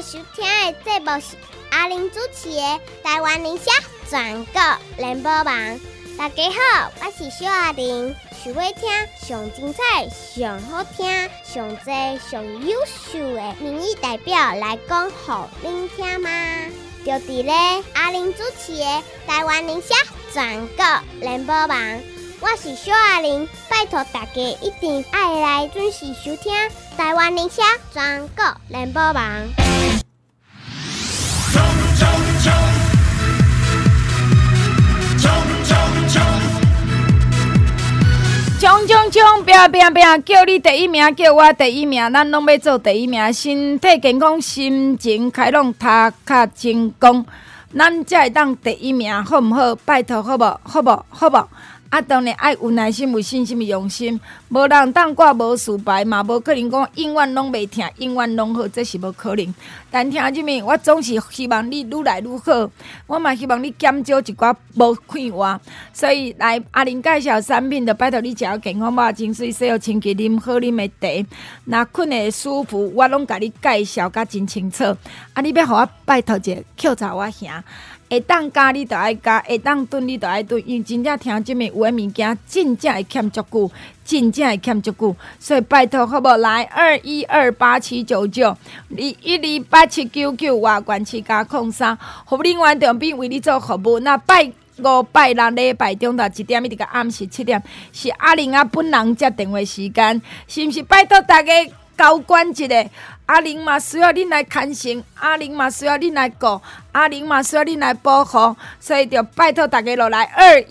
收听的节目是阿玲主持的《台湾人社全国联播网》。大家好，我是小阿玲。想要听上精彩、上好听、上多、上优秀的民意代表来讲给您听吗？就伫咧阿玲主持的《台湾人社全国联播网》。我是小阿玲，拜托大家一定要来准时收听台湾人社全国联播网。 冲冲冲！冲冲冲！ 冲冲冲！拼拼拼！叫你第一名，叫我第一名，咱拢要做第一名。身体健康，心情开朗，头壳成功，咱才会当第一名，好毋好？拜托，好无？好无？好无？啊，当然爱有耐心、有信心、用心，无人当挂无事牌嘛，无可能讲永远拢袂疼，永远拢好，这是无可能。但听入面，我总是希望你愈来愈好，我嘛希望你减少一寡无快活。所以来阿玲介绍产品，就拜托你食健康肉、真水、洗好清气、啉好啉的茶，若困会舒服，我拢甲你介绍甲真清楚。啊，你要互我拜托者，扣查我兄。会当加你就爱加，会当炖你就爱炖，因为真正听即面有诶物件，真正会欠足久，真正会欠足久，所以拜托好无来212879921287799外关市加03，互恁原长兵为你做服务。那拜5、拜6礼拜中昼1点一直到暗时7点，是阿玲本人接电话时间，是毋是？拜托大家交关一下。阿玲嘛需要恁来牵绳，阿玲嘛需要恁来顾，阿玲嘛需要恁来保护，所以就拜托大家落来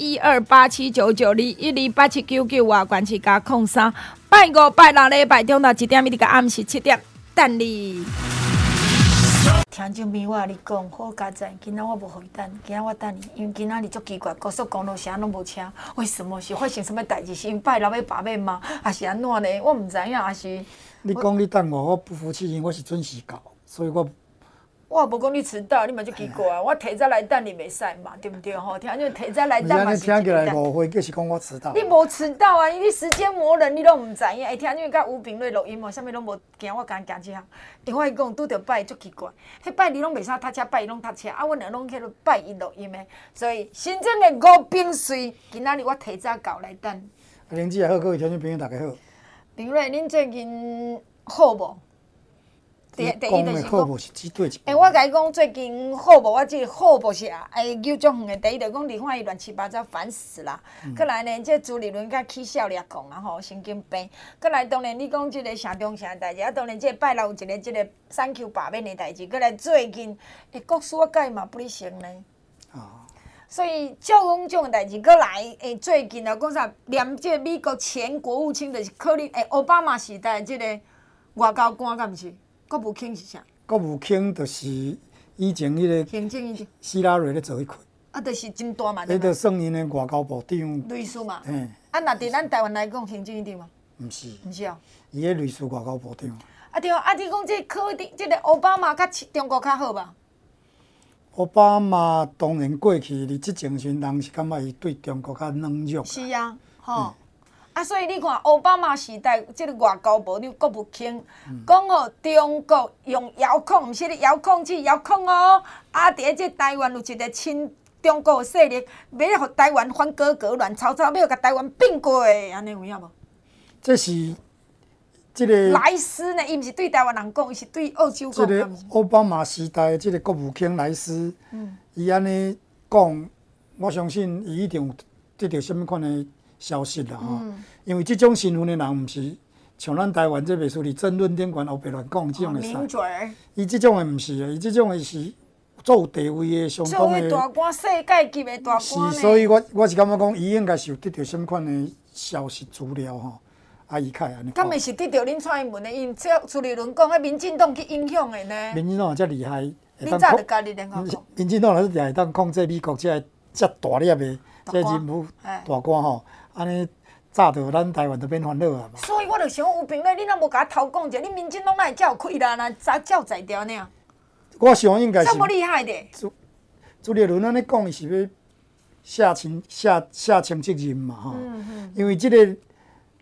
212879921287799外关市加03，拜5、拜6礼拜中昼1点一直到暗时7点，等你。听众朋友，我甲你讲，好佳哉！今仔我无互伊等，今仔我等你，因为今仔日足奇怪，高速公路啥拢无车，为什么是发生什么代志？是因拜6要罢免吗？还是安怎呢？我毋知影，还是你讲你等我不服气，因为我是准时到，所以我也无讲你迟到，你嘛足奇怪。我提早来等你袂使嘛，对不对？吼，听就提早来等嘛是。 听起来误会，就是讲我迟到。 你无迟到啊？你时间磨人，你拢毋知影。会听就甲吴炳瑞录音哦，啥物拢无惊，我敢惊这项。因为我讲拄着拜足奇怪，迄拜二拢袂使读车，拜一拢读车，啊，阮俩拢去拜一录音的。所以新增的5兵水，今仔日我提早到来等。 阿玲姐也好，各位听众朋友大家好。 炳瑞，恁最近好无？第一就是好无是只对一。 我甲你讲最近好无？我即个好无是有足远的。第一就讲离婚伊乱七八糟，烦死啦。过来呢，这朱立伦甲起笑掠讲啊吼，神经病。过来当然你讲即个城中城的代志，啊当然即个拜六有一个即个3Q 罢免的代志。过来最近国事我甲伊嘛不哩成呢。所以照讲种代志，过来最近啊讲啥，连即个美国前国务卿就是可能奥巴马时代即个外交官，敢毋是？国务卿是啥？ 国务卿就是以前迄个行政院希拉蕊咧做迄块。 啊，就是真大嘛。 迄个算因的外交部长。 律师嘛。 嘿。 啊，那伫咱台湾来讲，行政院长嘛。 毋是。 毋是哦。 伊迄律师外交部长。 啊对，啊你讲这可能，这个奥巴马甲中国较好吧？ 奥巴马当然过去伫即前时，人是感觉伊对中国较软弱。 是啊，吼。啊，所以你看，奥巴马时代即个外交部长国务卿讲哦，中国用遥控，毋是咧遥控器遥控哦。啊，伫咧即台湾有一个亲中国的势力，要互台湾反格格乱糟糟，要甲台湾并过，安尼有影无？ 这是这个莱斯呢？伊毋是对台湾人讲，伊是对澳洲讲。 这个奥巴马时代的这个国务卿莱斯，伊安尼讲，我相信伊一定有得到什么款的消息啦吼，因为这种身份的人，毋是像咱台湾这袂输伫争论顶悬胡白乱讲这种的事。 名嘴儿。 伊这种的毋是的，伊这种的是做有地位的相当的。 大官，世界级的大官是，所以我是感觉讲，伊应该是有得到什么款的消息资料吼，啊，伊开安尼。 敢会是得到恁蔡英文的因，这朱立伦讲，民进党去影响的呢？ 民进党也遮厉害， 恁早就家己联合讲。 民进党也是会当控制美国遮大粒的这人物大官吼。安尼早着咱台湾就免烦恼啊嘛。 所以我就想有评论，你若无甲我偷讲者，恁民进党哪会遮有气力呢？才在调呢？ 我想应该是。 这么厉害的。 朱立伦安尼讲，伊是要下清责任嘛吼。因为即个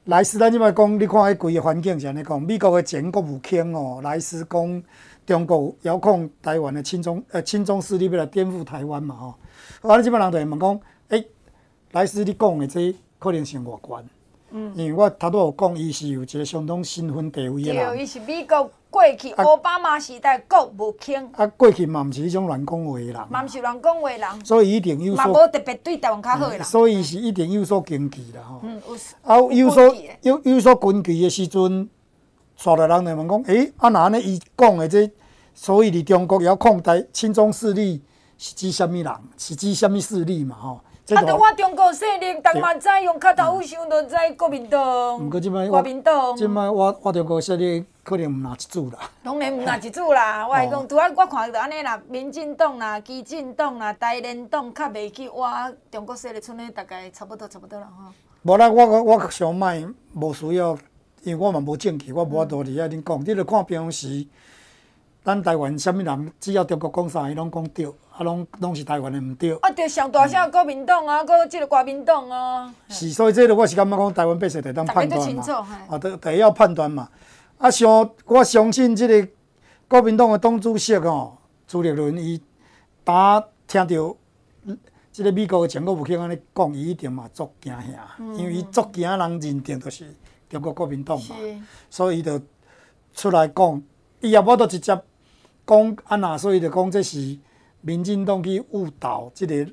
莱斯，咱即摆讲，你看迄规个环境是安尼讲，美国的前国务卿哦，莱斯讲中国遥控台湾的亲中势力要来颠覆台湾嘛吼。啊，你即摆人就会问讲，莱斯你讲的这可能性偌悬？因为我头拄有讲，伊是有一个相当身份地位的人。 对，伊是美国过去奥巴马时代国务卿。 啊，过去嘛毋是迄种乱讲话的人。 嘛毋是乱讲话的人。 所以一定有所。 嘛无特别对台湾较好的人。 所以是一定有所根据啦吼。 有有所根据的时阵，所有人就问讲，啊那安尼伊讲的这，所以伫中国遥控台亲中势力是指什么人？是指什么势力嘛吼？ 啊！对我中国势力，逐嘛知用脚头有想就知国民党。 毋过即摆国民党。 即摆我中国势力可能毋拿一组啦。 当然毋拿一组啦，我讲拄仔我看着安尼啦，民进党啦、基进党啦、台联党较袂去挖中国势力，剩咧大概差不多啦吼。 无啦，我想卖无需要，因为我嘛无证据，我无法度伫遐恁讲。你著看平时，咱台湾啥物人，只要中国讲啥，伊拢讲对。啊，拢是台湾的毋对。 啊，对上大声国民党啊，搁即个国民党啊。 是，所以这个我是感觉讲台湾百姓得当判断嘛。啊，得要判断嘛。啊，我相信这个国民党的党主席哦，朱立伦伊听到这个美国的前国务卿安尼讲，伊一定嘛足惊吓，因为伊足惊人认定就是中国国民党嘛，所以伊就出来讲，伊也无都直接讲安那，所以就讲这是。民进党去误导这个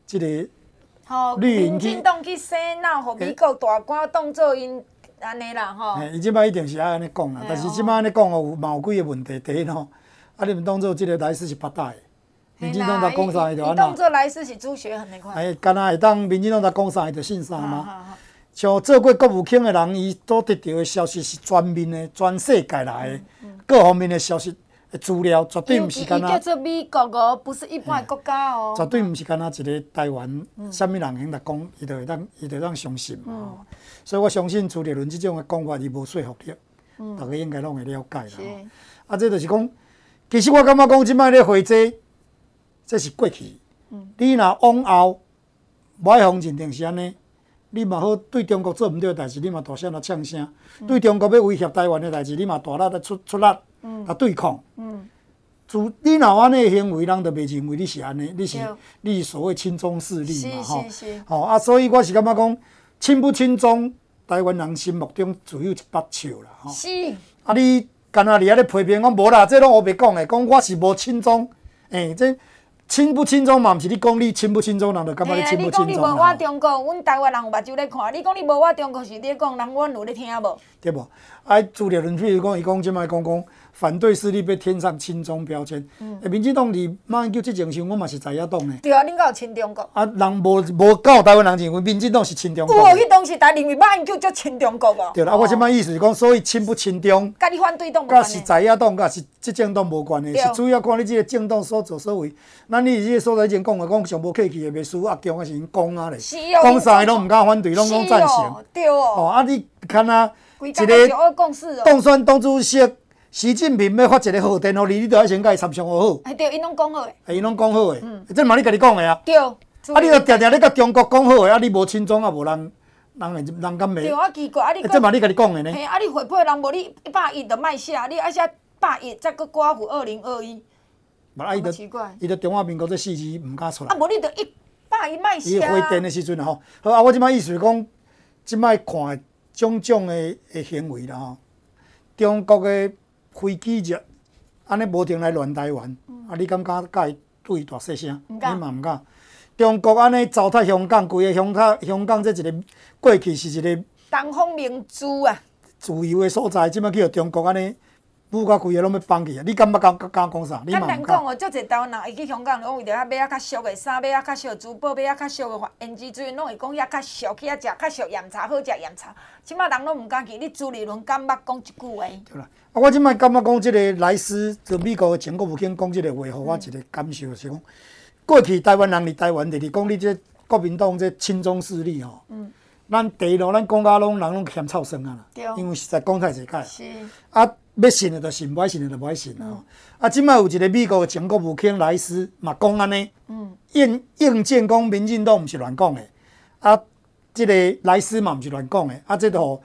绿营民进党去洗脑，互美国大官当做因安尼啦吼。 伊即摆一定是爱安尼讲啦，但是即摆安尼讲哦，有几个问题。第一吼，啊，你毋当做即个莱斯是八大的，民进党在讲啥伊就安那。 当做莱斯是朱学恒的款。 敢若会当民进党在讲啥伊就信啥吗？像做过国务卿的人，伊所得到的消息是全面的、全世界来的各方面的消息。资料绝对毋是干那， 叫做美国哦，不是一般的国家哦。 绝对毋是干那一个台湾，啥物人肯来讲，伊就当相信嘛。所以我相信朱立伦这种的讲法，伊无说服力，大家应该拢会了解啦。啊，这就是讲，其实我感觉讲，即摆咧回这是过去。你若往后，无爱方认定是安尼，你嘛好对中国做毋对的代志，你嘛大声来呛声；对中国要威胁台湾的代志，你嘛大力来出力。来对抗，你若安尼行为，人就袂认为你是安尼，你是所谓亲中势力嘛吼。啊，所以我是感觉讲，亲不亲中，台湾人心目中只有一把手啦吼。 是。 啊，你干那伫遐咧批评讲无啦，这拢我袂讲的，讲我是无亲中，这亲不亲中嘛，毋是你讲你亲不亲中，人就感觉你亲不亲中啦。 你讲你无我中国，阮台湾人有目睭咧看。你讲你无我中国，是你讲人阮有咧听无？ 对无？啊，朱立伦譬如讲，伊讲即摆讲。反对势力被添上亲中标签，民进党伫马英九之前时，我嘛是在野党呢。 对啊，恁敢有亲中国？ 啊，人无有台湾人认为民进党是亲中国。 有哦，迄当时大认为马英九就亲中国哦。 对啦，我即摆意思是讲，所以亲不亲中， 甲你反对党无关系。甲是在野党，甲是执政党无关系，是主要看你即个政党所作所为。咱你即个所在以前讲的，讲上无客气的，袂输阿强，还是因讲啊咧。讲啥伊拢毋敢反对，拢讲赞成。 对哦。 哦，啊，你看啊， 一个当选党主席。习近平要发一个贺电互你，你著要先甲伊参详好好。 对，因拢讲好诶。 因拢讲好诶，这嘛你家己讲诶啊。 对。啊， 你著定定咧甲中国讲好诶，啊，你无亲中啊，无人敢袂。 对啊，奇怪，啊你。 这嘛你家己讲诶呢。 嘿，啊你回配人无你100亿著卖写，你爱写100亿再搁刮付2021。 嘛，伊著中华民国这4字毋敢出来。 啊，无你著100亿卖写。 伊回电诶时阵吼，好啊，我即摆意思是讲，即摆看种种诶行为啦吼，中国诶。飞机热，安尼无停来乱台湾，啊！你敢甲伊对大细声？你嘛毋敢。中国安尼糟蹋香港，规个香港这一个过去是一个东方明珠啊， 自由的所在，即摆叫中国安尼，武甲规个拢要放弃啊！你敢敢讲啥？你嘛毋敢。 简单讲哦，足侪台湾人会去香港，拢为着遐买较俗的衫，买较俗的珠宝，买较俗的胭脂水，拢会讲遐较俗，去遐食较俗盐茶，好食盐茶。即摆人拢毋敢去，你朱立伦敢捌讲一句话？ 对啦。啊，我即摆感觉讲，即个莱斯，就美国的前国务卿讲即个话，互我一个感受是讲，过去台湾人伫台湾，就是讲你这国民党这亲中势力吼，咱第一路咱讲甲拢人拢嫌臭酸啊啦，因为实在讲太侪解。 是。 啊，要信的就信，不爱信的就不爱信啦。啊，即摆有一个美国的前国务卿莱斯嘛讲安尼，应见讲民进党毋是乱讲的，啊，即个莱斯嘛毋是乱讲的，啊，这都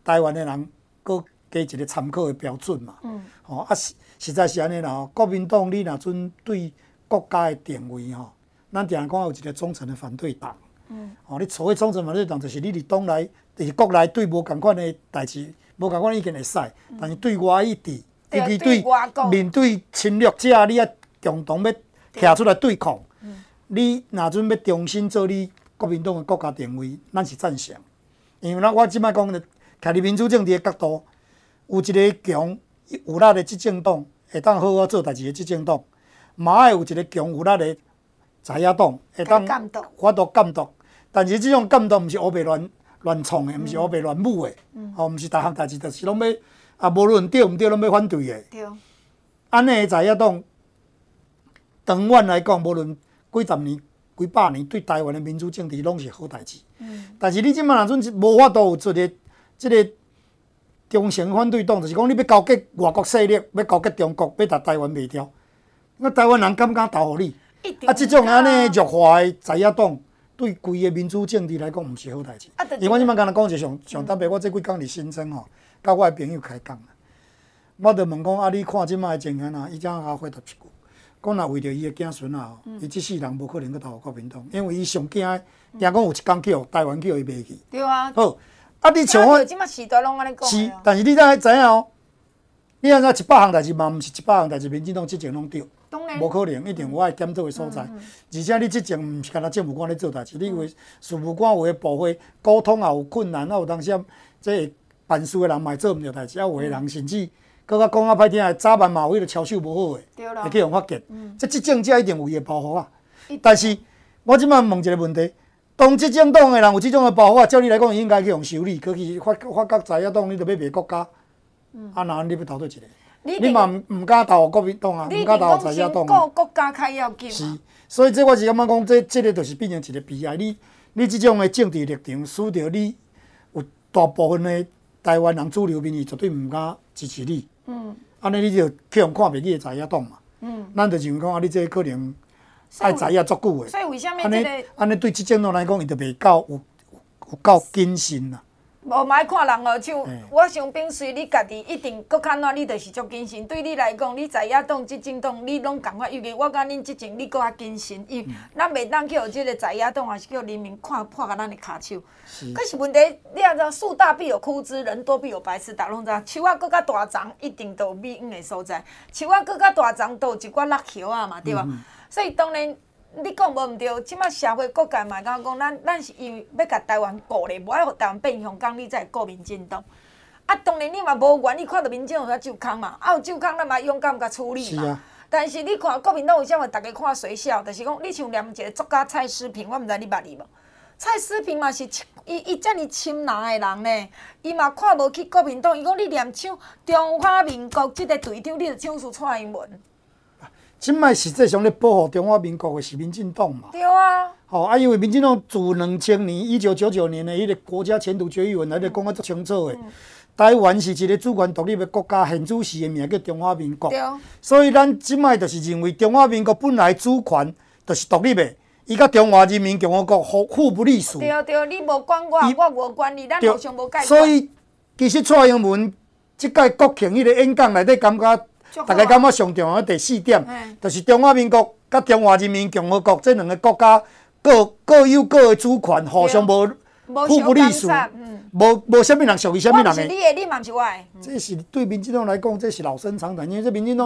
台湾的人搁加一个参考的标准嘛。实在是安尼啦。国民党你若准对国家的定位吼，咱定讲有一个忠诚的反对党。你所谓忠诚反对党，就是你伫党内、伫国内对无共款的代志、无共款意见会使，但是对外一致，尤其对面对侵略者，你要共同要徛出来对抗。你若准要重新做你国民党的国家定位，咱是赞成。因为我即摆讲的，徛伫民主政治的角度，有一个强有力的执政党，会当好好做代志的执政党，嘛爱有一个强有力的在野党，会当法度监督。但是即种监督，毋是黑白乱创的，毋是黑白乱舞的，毋是逐项代志，就是拢要无论对毋对，拢要反对的。对。安尼的在野党，长远来讲，无论几十年、几百年，对台湾的民主政治拢是好代志。但是你即摆若阵无法度有出个即个忠诚反对党，就是讲你要交给外国势力，要交给中国，要甲台湾袂掉。那台湾人敢投互你？即种安尼弱化的在野党，对规个民主政治来讲，毋是好代志。因为我即摆敢若讲一个上特别，我这几工伫新庄吼，甲我的朋友开讲啦。我就问讲你看即摆的情形啊，伊怎甲我回答一句，讲若为着伊的子孙啊，伊即世人无可能去投国民党，因为伊上惊的，听讲有一天叫台湾叫伊袂去。对啊。好，你像我， 即摆时代拢安尼讲。 是，但是你知影哦，你安怎100项代志嘛，毋是100项代志，民进党执政拢对。无可能，一定有爱检讨的所在。而且你执政毋是干那政务官咧做代志，你为事务官有诶部会沟通也有困难，有当时即办事诶人嘛做毋着代志，有诶人甚至搁较讲歹听，早晚嘛有迄个操守无好诶，会去用法结。即执政者一定有伊诶包袱啊。但是我即摆问一个问题：当执政党诶人有即种诶包袱啊，照理来讲，应该去用修理，去发觉在野党，你着要卖国家。那你要投对一个？你嘛毋敢投国民党啊，毋敢投在野党啊。 国家较要紧。 是，所以这我是感觉讲，这个就是变成一个悲哀。你这种的政治立场，使得你有大部分的台湾人主流民意绝对毋敢支持你。安尼你就去用看袂起的在野党嘛。咱就认为讲你这可能爱在野足久的。 所以为什么这个？ 安尼对执政党来讲，伊就袂够有够谨慎啦。 无莫看人号手，我想秉随你家己一定搁较哪，你就是足谨慎。对你来讲，你在野党、执政党，你拢共款。尤其我甲恁执政，你搁较谨慎，因为咱袂当叫即个在野党，还是叫人民看破甲咱的骹手。可是问题，你也知树大必有枯枝，人多必有白痴。大拢知，树仔搁较大丛，一定都有美远的所在；树仔搁较大丛，都有一寡落叶啊嘛，对吧？所以当然。你讲无毋对，即摆社会各界嘛讲，咱是因为要甲台湾顾咧，无爱互台湾变香港，你才会顾民进党。当然你嘛无愿意看到民进党有救空嘛，有救空咱嘛勇敢甲处理嘛。但是你看国民党为啥物大家看衰小？就是讲你像念一个作家蔡诗萍，我毋知你捌伊无？蔡诗萍嘛是伊遮尔深蓝的人呢，伊嘛看无起国民党，伊讲你念唱中华民国即个队长，你就唱出蔡英文。 即摆实际上咧保护中华民国的是民进党嘛？ 对啊。 因为民进党自2000年1999年的迄个国家前途决议文来咧讲啊足清楚的，台湾是一个主权独立的国家，现主席的名叫中华民国。所以咱即摆就是认为中华民国本来主权就是独立的，伊甲中华人民共和国互不隶属。 对，你无管我，我无管你，咱互相无解。 所以其实蔡英文即届国庆迄个演讲内底感觉。大家感觉上重要的第4点，就是中华民国甲中华人民共和国这两个国家各有各的主权，互相无互不隶属，无啥物人属于啥物人的。 我是你的，你嘛是我的。 这是对民进党来讲，这是老生常谈，因为这民进党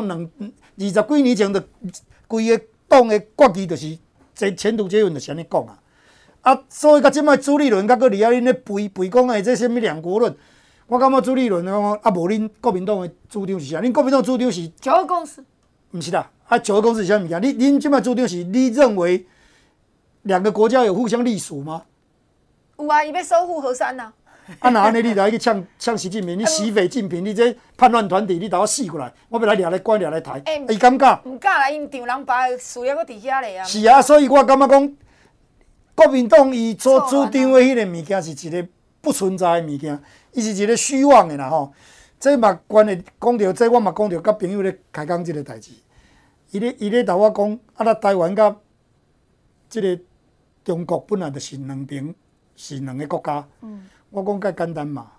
20几年前的规个党的国旗就是这前途这份就是安尼讲啊。所以到即摆朱立伦甲个李亚玲咧背讲的这什么两国论。我感觉朱立伦讲无恁国民党的主张是啥？恁国民党主张是九二共识， 毋是啦。九二共识是啥物件？恁即摆主张是你认为两个国家有互相隶属吗？ 有啊，伊要守护河山呐。 那安尼你来去呛习近平，你洗匪净平，你这叛乱团体，你把我死过来，我要来抓来关抓来抬，伊敢敢？ 毋敢啦，因丈人爸的事业搁伫遐咧啊。 是啊，所以我感觉讲，国民党伊所主张的迄个物件是一个不存在的物件。伊是一个虚妄的啦吼，这嘛关系讲到这，我嘛讲到甲朋友咧开讲即个代志。伊咧同我讲，咱台湾甲即个中国本来就是两个国家。我讲介简单嘛，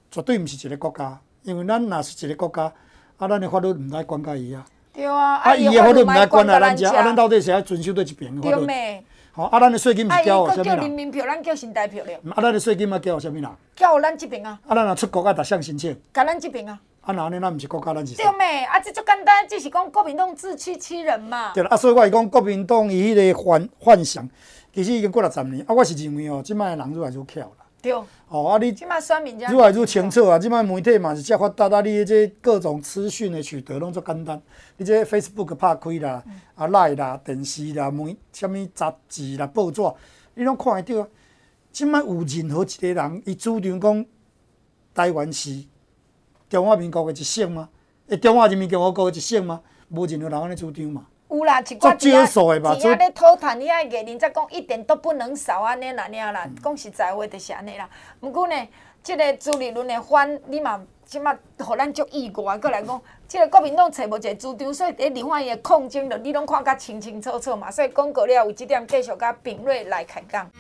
绝对毋是一个国家，因为咱若是一个国家，咱的法律毋来管甲伊啊。 对啊， 伊的法律毋来管啊，咱遮， 咱到底是爱遵守对一边的法律？ 对吼，咱的税金是交互啥物叫人民票，咱叫身代票了。 咱的税金交互啥物人？ 交互咱这边啊。 咱若出国逐项申请。 甲咱这边啊。 若安尼，咱毋是国家，咱是啥？ 对咩？这足简单，只是讲国民党自欺欺人嘛。 对啦，所以我是讲国民党伊迄个幻想，其实已经过60年。我是认为哦，即摆的人愈来愈巧啦。 对。 你即摆选民愈来愈清楚啊！即摆媒体嘛是遮发达啊，你这各种资讯的取得拢足简单。你这 Facebook 拍开啦，Line 啦、电视啦、啥物杂志啦、报纸，你拢看会到啊。即摆有任何一个人，伊主张讲台湾是中华民国的一省吗？中华人民共和国的一省吗？无任何人安尼主张嘛。 有啦，一寡少数的吧。 只咧讨谈遐个艺人，才讲一点都不能少安尼啦，啦。讲实在话就是安尼啦。毋过呢，即个朱立伦的反，你嘛即马互咱足意外。过来讲，即个国民党找无一个主张，所以伫立法院的抗争，你拢看甲清清楚楚嘛。所以广告了有即点，继续甲评瑞来开讲。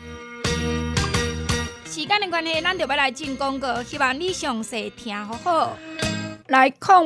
时间的关系，咱就要来进广告，希望你详细听好好。来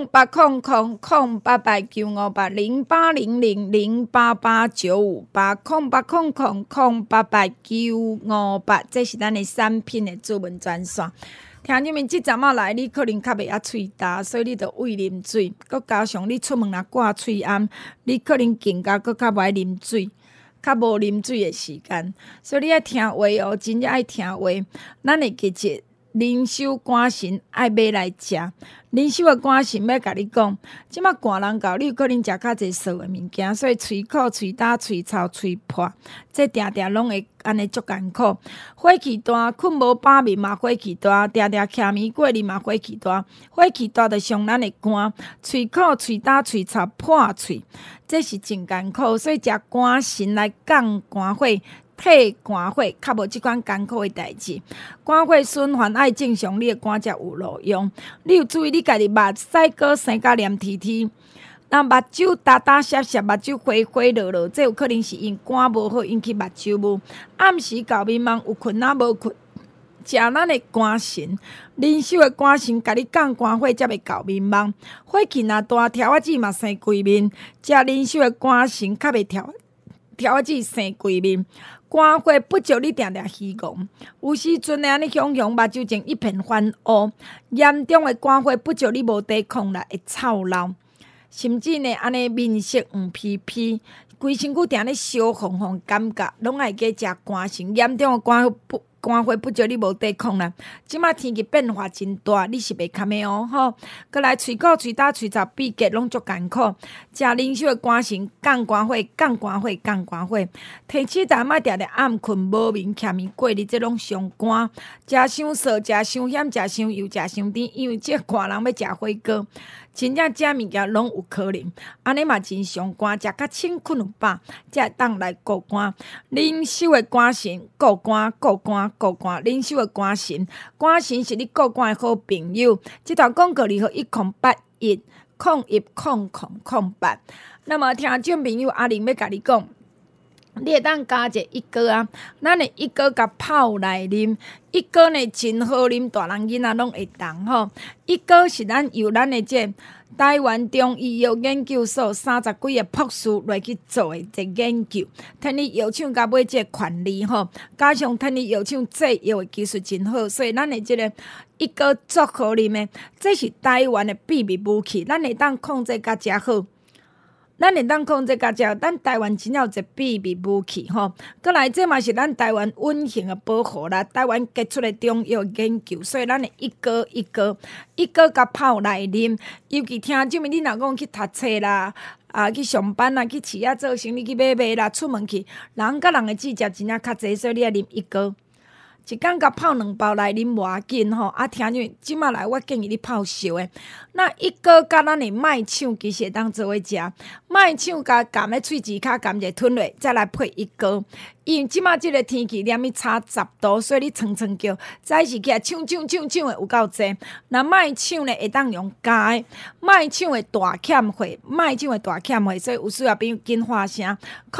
08000889580888955808889098，这是咱的产品的主文专线。听你们即阵仔来，你可能较袂晓喙焦，所以你着畏啉水，佮加上你出门若挂喙暗，你可能更加佮较无爱啉水。较无啉水的时间，所以你爱听话哦，真正爱听话。咱会记一灵修肝神爱买来食，灵修的肝神要甲你讲，即马寒人到，你有可能食较侪素的物件，所以喙苦、喙焦、喙臭、喙破，这定定拢会安尼足艰苦。火气大，困无饱眠嘛火气大，定定徛眠过日嘛火气大。火气大着伤咱的肝，喙苦、喙焦、喙臭、破喙，这是真艰苦。所以食肝神来降肝火。退肝火，较无即款艰苦的代志。肝火循环爱正常，你的肝才有路用。你有注意你家己目屎过生甲黏贴贴，那目睭打打涩涩，目睭花花落落，这有可能是因肝无好引起目睭雾。暗时搞迷茫，有困仔无困，食咱的肝神，灵修的肝神，甲你降肝火才袂搞迷茫。火气若大，条仔子嘛生规面，食灵修的肝神，较袂条仔子生规面。肝火不足，你定定虚戆，有时阵会安尼雄雄，目睭前一片翻乌。严重的肝火不足，你无抵抗力会臭老，甚至呢安尼面色黄皮皮，规身躯定咧烧红红感觉，拢爱加食肝神。严重的肝火不足，你无抵抗力。即马天气变化真大，你是袂堪的哦吼。过来喙苦、喙焦、喙臭、闭结拢足艰苦。食灵修的肝神，降肝火、降肝火、降肝火。天气大莫定定暗困无眠、徛眠过日，这拢伤肝。食伤素、食伤咸、食伤油、食伤甜，因为这寒人要食火锅。真正食物件拢有可能，安尼嘛真伤肝，食较清困有饱，才会当来顾肝。灵修的肝神，顾肝、顾肝、顾肝。灵修的肝神，肝神是你顾肝的好朋友。这段广告208101008。那么听众朋友阿玲要甲你讲。你会当加一个一哥啊，咱的一哥甲泡来啉，一哥呢真好啉，大人囡仔拢会当吼。一哥是咱由咱的这台湾中医药研究所30几个博士来去做的一个研究，听你药厂甲买这权利吼，加上听你药厂制药的技术真好，所以咱的这个一哥足好啉的，这是台湾的秘密武器，咱会当控制甲遮好。咱会当控制甲遮，咱台湾真有一个秘密武器吼。过来，这嘛是咱台湾稳定的保护啦。台湾杰出的中药研究，所以咱会一个甲泡来啉。尤其听种物，你若讲去读册啦，去上班啦，去市仔做生意去买卖啦，出门去，人甲人的指甲真正较济，所以你爱啉一个。一工甲泡2包来啉无要紧吼，听你即马来，我建议你泡烧的。那一个甲咱的麦肠其实会当做伙食，麦肠甲含咧喙齿骹含者吞落，再来配一个因为即马即个天气连伊差10度，所以你蹭蹭叫，早是起来抢的有够济。若莫抢呢，会当用加的，莫抢的大欠货，莫抢的大欠货，所以有需要朋友紧发声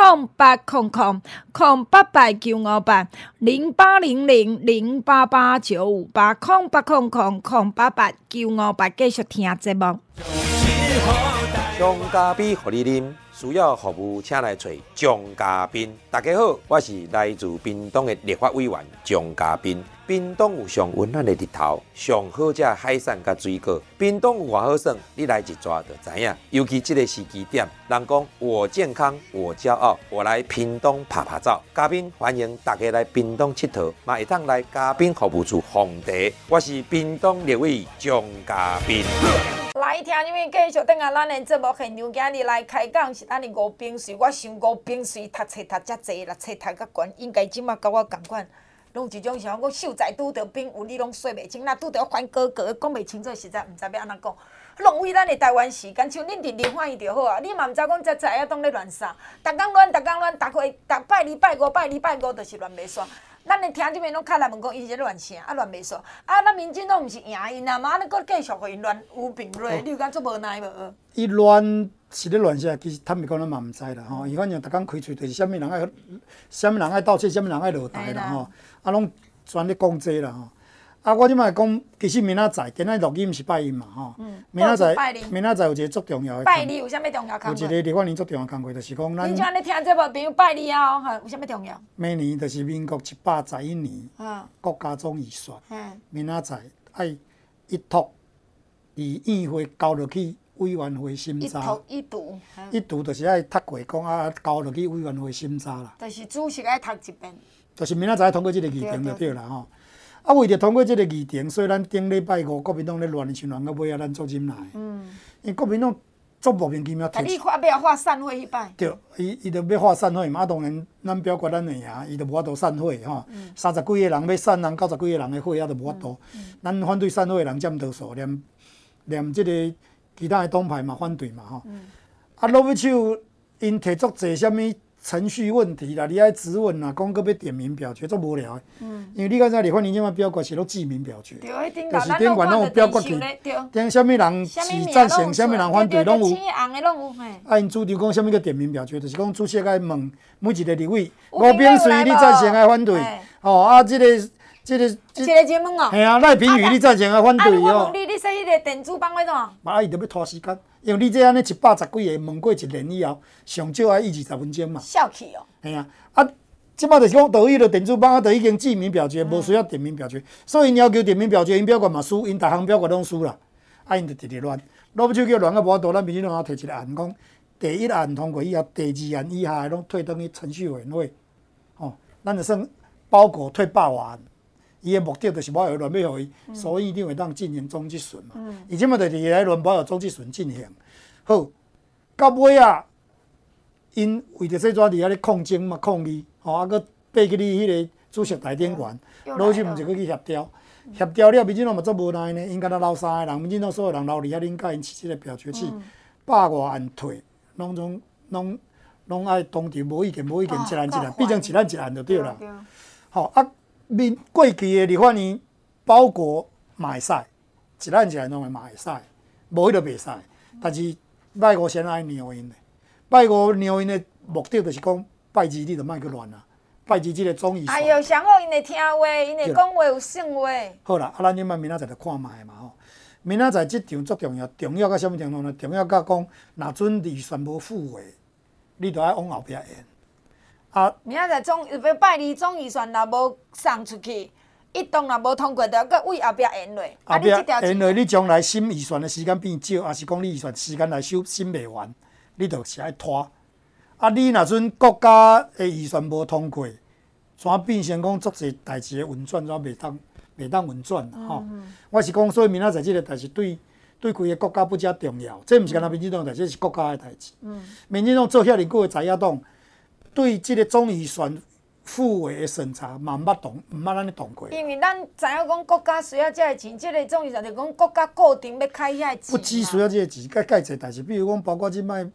，0800-088-958，0800-088-958，0800-088-958，继续听节目。 上嘉宾互你啉，需要服务请来找张嘉宾。大家好，我是来自屏东的立法委员张嘉宾。屏东有上温暖的日头，上好食海产甲水果。屏东有偌好耍，你来一抓就知影。尤其这个时机点，人讲我健康我骄傲，我来屏东拍拍照。嘉宾欢迎大家来屏东佚佗，嘛会当来嘉宾服务处奉茶。我是屏东立委张嘉宾。 来听你们继续等下咱的节目现场，今日来开讲是咱的吴秉穗。我想吴秉穗读册读遮济啦，册读较悬，应该即马甲我同款，拢一种想我秀才拄着兵，有你拢说袂清，若拄着反哥哥讲袂清楚，实在毋知要安怎讲。浪费咱的台湾时间，像恁伫立法院就好啊，你嘛毋知讲遮在啊当咧乱啥，逐工乱，逐拜二拜五，就是乱袂煞。咱的听这边拢较来问讲，伊是乱啥啊乱袂煞啊？咱民进党毋是赢因啊，嘛安尼佫继续互因乱有病落，你有感足无奈无？ 伊乱是咧乱啥？其实坦白讲，咱嘛毋知啦吼。伊反正逐工开喙，就是啥物人爱道歉，啥物人爱落台啦吼。啊，拢全咧讲这啦吼。啊，我即摆讲，其实明仔载，今仔录音是拜因嘛吼。明仔载有一个足重要的。 拜你有啥物重要工作？ 有一个立法院足重要工作，就是讲咱。 你像咧听这部朋友拜你啊，吼，有啥物重要？ 明年就是民国111年，国家总预算，明仔载爱一读，伫议会交落去委员会审查。一读就是爱读过讲啊，交落去委员会审查啦。 就是主席爱读一遍。 就是明仔载通过这个议程就对啦吼。啊，为着通过这个议程，所以咱顶礼拜五国民党咧乱乱到尾啊，咱做忍耐。因为国民党足莫名其妙。 你看要发散会迄摆。 对，伊就要发散会嘛。啊，当然咱表决咱会赢，伊就无法度散会吼。30几个人要散人，90几个人的会啊，就无法度。咱反对散会的人占多数，连即个其他的党派嘛反对嘛吼。啊，罗美秀因提出侪啥物程序问题啦，你爱质问啦，讲佫要点名表决，足无聊的。因为你敢知立法院即马表决是拢记名表决，就是顶悬拢有表决去，顶啥物人是赞成，啥物人反对，拢有。啊，因主张讲啥物叫点名表决，就是讲主席爱问每一个立委，吴秉穗你赞成还反对？哦，啊，这个节目哦。 嘿啊，赖品妤你赞成还反对哦？ 我问你说迄个电子版要怎？ 啊，伊就要拖时间。因为你这安尼110几个问过一年以后，上少爱20分钟嘛。 笑气哦。 嘿啊，即摆就是讲，倒伊就电子版，就已经记名表决，无需要点名表决。所以因要求点名表决，因表决嘛输，因逐项表决拢输啦。啊，因就直直乱，老不手叫乱到无法度，咱民进党提一个案，讲第1案通过以后，第2案以下拢退转去程序委员会。哦，咱就算包裹退罢案。伊的目的就是无要乱要互伊，所以一定会当进行总质询嘛。伊即马就是来乱保有总质询进行。好，到尾啊，因为着说伫遐咧抗争嘛、抗议，吼啊，佫爬去你迄个主席台顶悬，老师毋是佫去协调，协调了，民进党嘛足无奈呢。因敢若留3个人，民进党所有人留伫遐，恁甲因饲即个表决器，100外案退，拢爱当场无意见，一案，毕竟一案一案就对啦。吼啊！过去的立法院包裹嘛会使，一案拢嘛会使，无迄个袂使。但是拜五先爱让因的，拜五让因的目的就是讲拜二你就莫去乱啦，拜二即个总预算。 哎呦，上好因会听话，因会讲话有算话。 好啦，咱即摆明仔载就看卖嘛吼。明仔载即场足重要，重要到什么程度呢？重要到讲，若准预算无付回，你就爱往后壁延。啊！ 明仔载要拜二总预算若无送出去，一动若无通过，就搁为后壁延落。 后壁延落，你将来审预算的时间变少，还是讲你预算时间来审袂完，你就是爱拖。啊！你若阵国家的预算无通过，怎变成讲足侪代志的运转，怎袂当运转吼？我是讲，所以明仔载即个代志对规个国家不加重要，这毋是干那民进党代志，是国家的代志。民进党做遐尼久的在野党。对即个总预算付委的审查嘛，毋捌安尼动过。 因为咱知影讲国家需要这个钱，即个总预算就讲国家固定要开遐个钱。 不只需要这个钱，介济代志，比如讲包括即摆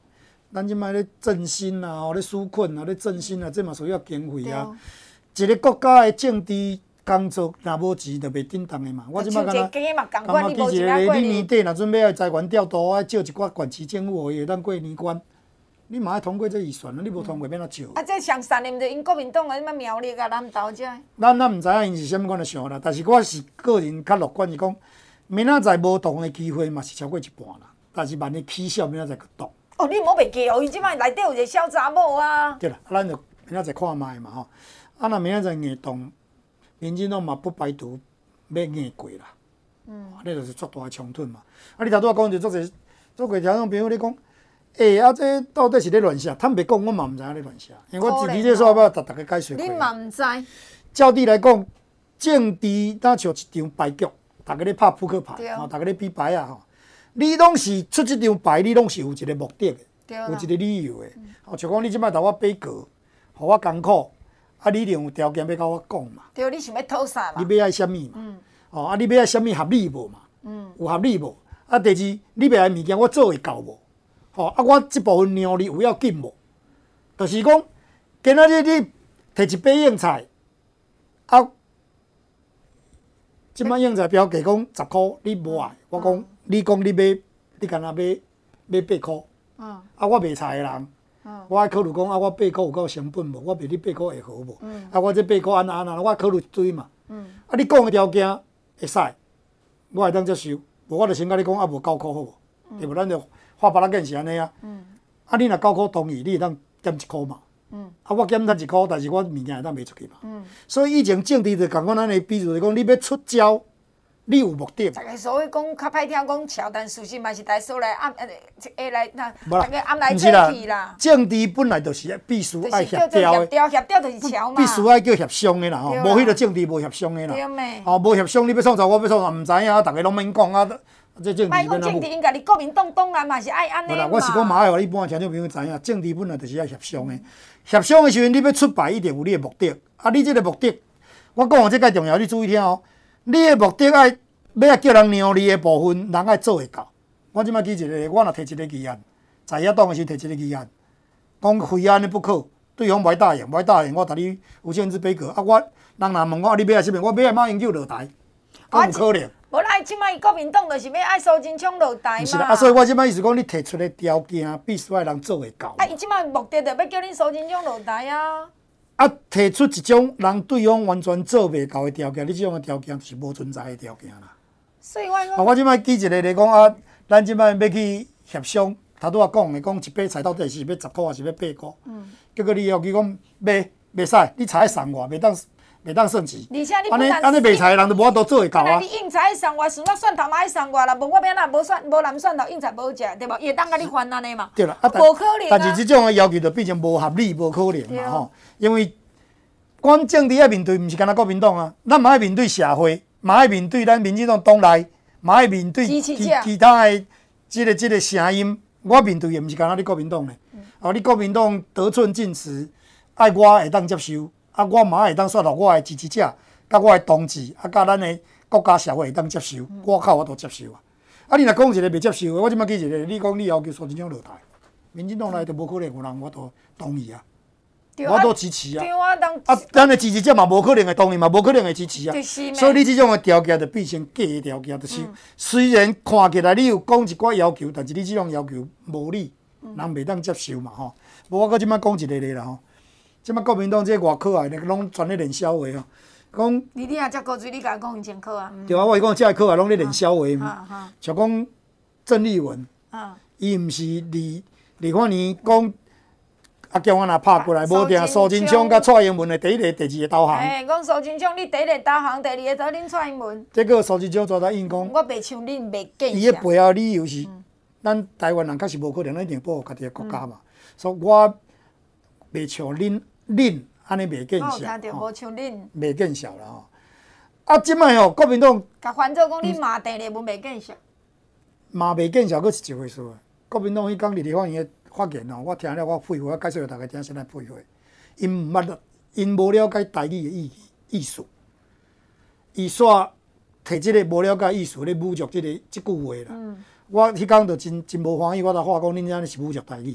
咱即摆咧振兴啊，吼咧纾困啊，咧振兴啊，这嘛需要经费啊。一个国家的政治工作若无钱，就袂振动的嘛。我即摆敢若记一个咧，你年底若准备要财源调度，爱借一寡县市政府，会当过年关。你嘛爱通过这预算，你无通过要怎借？ 这上善的毋是因国民党的什么苗栗啊、南投这。 咱毋知影因是啥物款的想啦，但是我是个人较乐观，是讲明仔载无动的机会嘛是超过一半啦。但是万一起效，明仔载去动。 哦，你唔好袂记哦，伊即摆内底有一个小查某啊。 对啦，咱就明仔载看卖嘛吼。啊，若明仔载硬动，民进党嘛不排除要硬过啦。那就是足大的冲突嘛。啊，你头拄仔讲就足侪听众朋友咧讲。啊，这到底是咧乱写？坦白讲，我嘛毋知影咧乱写，因为我自己这说要逐个解说过。 你嘛毋知？ 照理来讲，政治咱像一场牌局，逐个咧拍扑克牌，吼，逐个咧比牌啊，吼。你拢是出这张牌，你拢是有一个目的的，有一个理由的。吼，像讲你即摆甲我比过，互我艰苦，啊，你一定有条件要甲我讲嘛。 对，你想要讨啥嘛？ 你要爱啥物嘛？哦，啊，你要爱啥物合理无嘛？有合理无？啊，第二，你要爱物件我做会到无？哦，啊，我即部分让你有要紧无？就是讲，今仔日你摕一把硬菜，啊，即摆硬菜标价讲10箍，你无爱，我讲你讲你买，你干那买8箍，啊，我卖菜的人，我爱考虑讲啊，我8箍有够成本无？我卖你8箍会好无？啊，我这8箍安那，我考虑一堆嘛。啊，你讲的条件会使，我会当接受，无我就先甲你讲啊，无9箍好无？对无？咱就。花巴拉更是安尼啊！啊，你若9箍同意，你会当减1箍嘛？啊，我减他1箍，但是我物件会当卖出去嘛？所以以前政治就共款安尼，比如讲，你要出招，你有目的。 大家所谓讲较歹听讲桥，但事实嘛是大家说来暗来大家暗来做去啦。 政治本来就是必须爱协调的， 协调就是桥嘛。 必须爱叫协商的啦，吼，无迄个政治无协商的啦。哦，无协商你要创造，我要创造，毋知影啊，大家拢免讲啊。这政治本来政治应该你国民党当然嘛是爱安尼嘛。 我是讲嘛爱互一般听众朋友知影，政治本来就是爱协商的。协商的时阵，你要出牌一定有你的目的。啊，你这个目的，我讲的这介重要，你注意听哦。你的目的要叫人让你的部分，人爱做会到。我即摆举一个，我若摕一个议案，在野党的时摕一个议案，讲非安尼不可，对方不答应，我甲你有限制杯葛。啊，人若问我，你要爱啥物？我要爱马英九落台，敢有可能？ 无啦，即摆国民党就是要爱苏贞昌落台嘛。 是啦，所以我即摆意思讲，你提出的条件必须爱人做会到。 伊即摆目的就要叫恁苏贞昌落台啊。 啊，提出一种人对方完全做袂到的条件，你即种的条件就是无存在的条件啦。 所以我我即摆举一个来讲啊，咱即摆要去协商，头拄仔讲的讲一把菜到底是要10箍还是要8箍？结果你要求讲袂使，你菜送我，袂当算钱。 而且你不但安尼卖菜的人就无法度做会到啊。 你硬菜送我，算蒜头嘛爱送我啦，无我要哪无蓝蒜头硬菜无食，对无？伊会当甲你还安尼嘛？ 对啦， 无可能啊。 但是即种的要求就变成无合理、无可能嘛吼。因为阮政治要面对，毋是干那国民党啊，咱嘛要面对社会，嘛要面对咱民进党党内，嘛要面对其他的即个声音。我面对的毋是干那你国民党的，哦，你国民党得寸进尺，爱我会当接受。啊，我嘛会当说服我的支持者，甲我的同志，啊，甲咱的国家社会会当接受，我靠，我都接受啊。啊，你若讲一个袂接受的，我即摆举一个，你讲你要求苏贞昌落台，民进党内就无可能有人我都同意啊，我都支持啊。啊，咱的支持者嘛无可能会同意嘛，无可能会支持啊。所以你即种的条件就变成假的条件，就是虽然看起来你有讲一寡要求，但是你即种要求无理，人袂当接受嘛吼。无我搁即摆讲一个咧啦吼。即摆国民党这外口啊，拢全咧练销话哦。讲你若遮古锥，你甲我讲以前考啊？ 对啊，我是讲遮考啊，拢咧练销话。像讲郑丽文，伊毋是二看年讲阿强若拍过来，无定苏贞昌甲蔡英文的第一个、第二个投降。 讲苏贞昌你第一个投降，第二个找恁蔡英文。 结果苏贞昌做在应讲， 我袂像恁袂见。 伊的背后理由是，咱台湾人确实无可能，咱一定保护家己的国家嘛。所以我袂像恁安尼袂见效， 无像恁袂见效啦吼。啊，即摆吼国民党， 甲反正讲恁骂第二文袂见效， 骂袂见效，佫是一回事。国民党迄讲立法院的发言吼，我听了我佩服，我解释互大家听，先来佩服。因毋捌，因无了解台语的意思，伊煞摕即个无了解意思咧侮辱即句话啦。我迄工就真无欢喜，我才话讲恁遮是侮辱台语。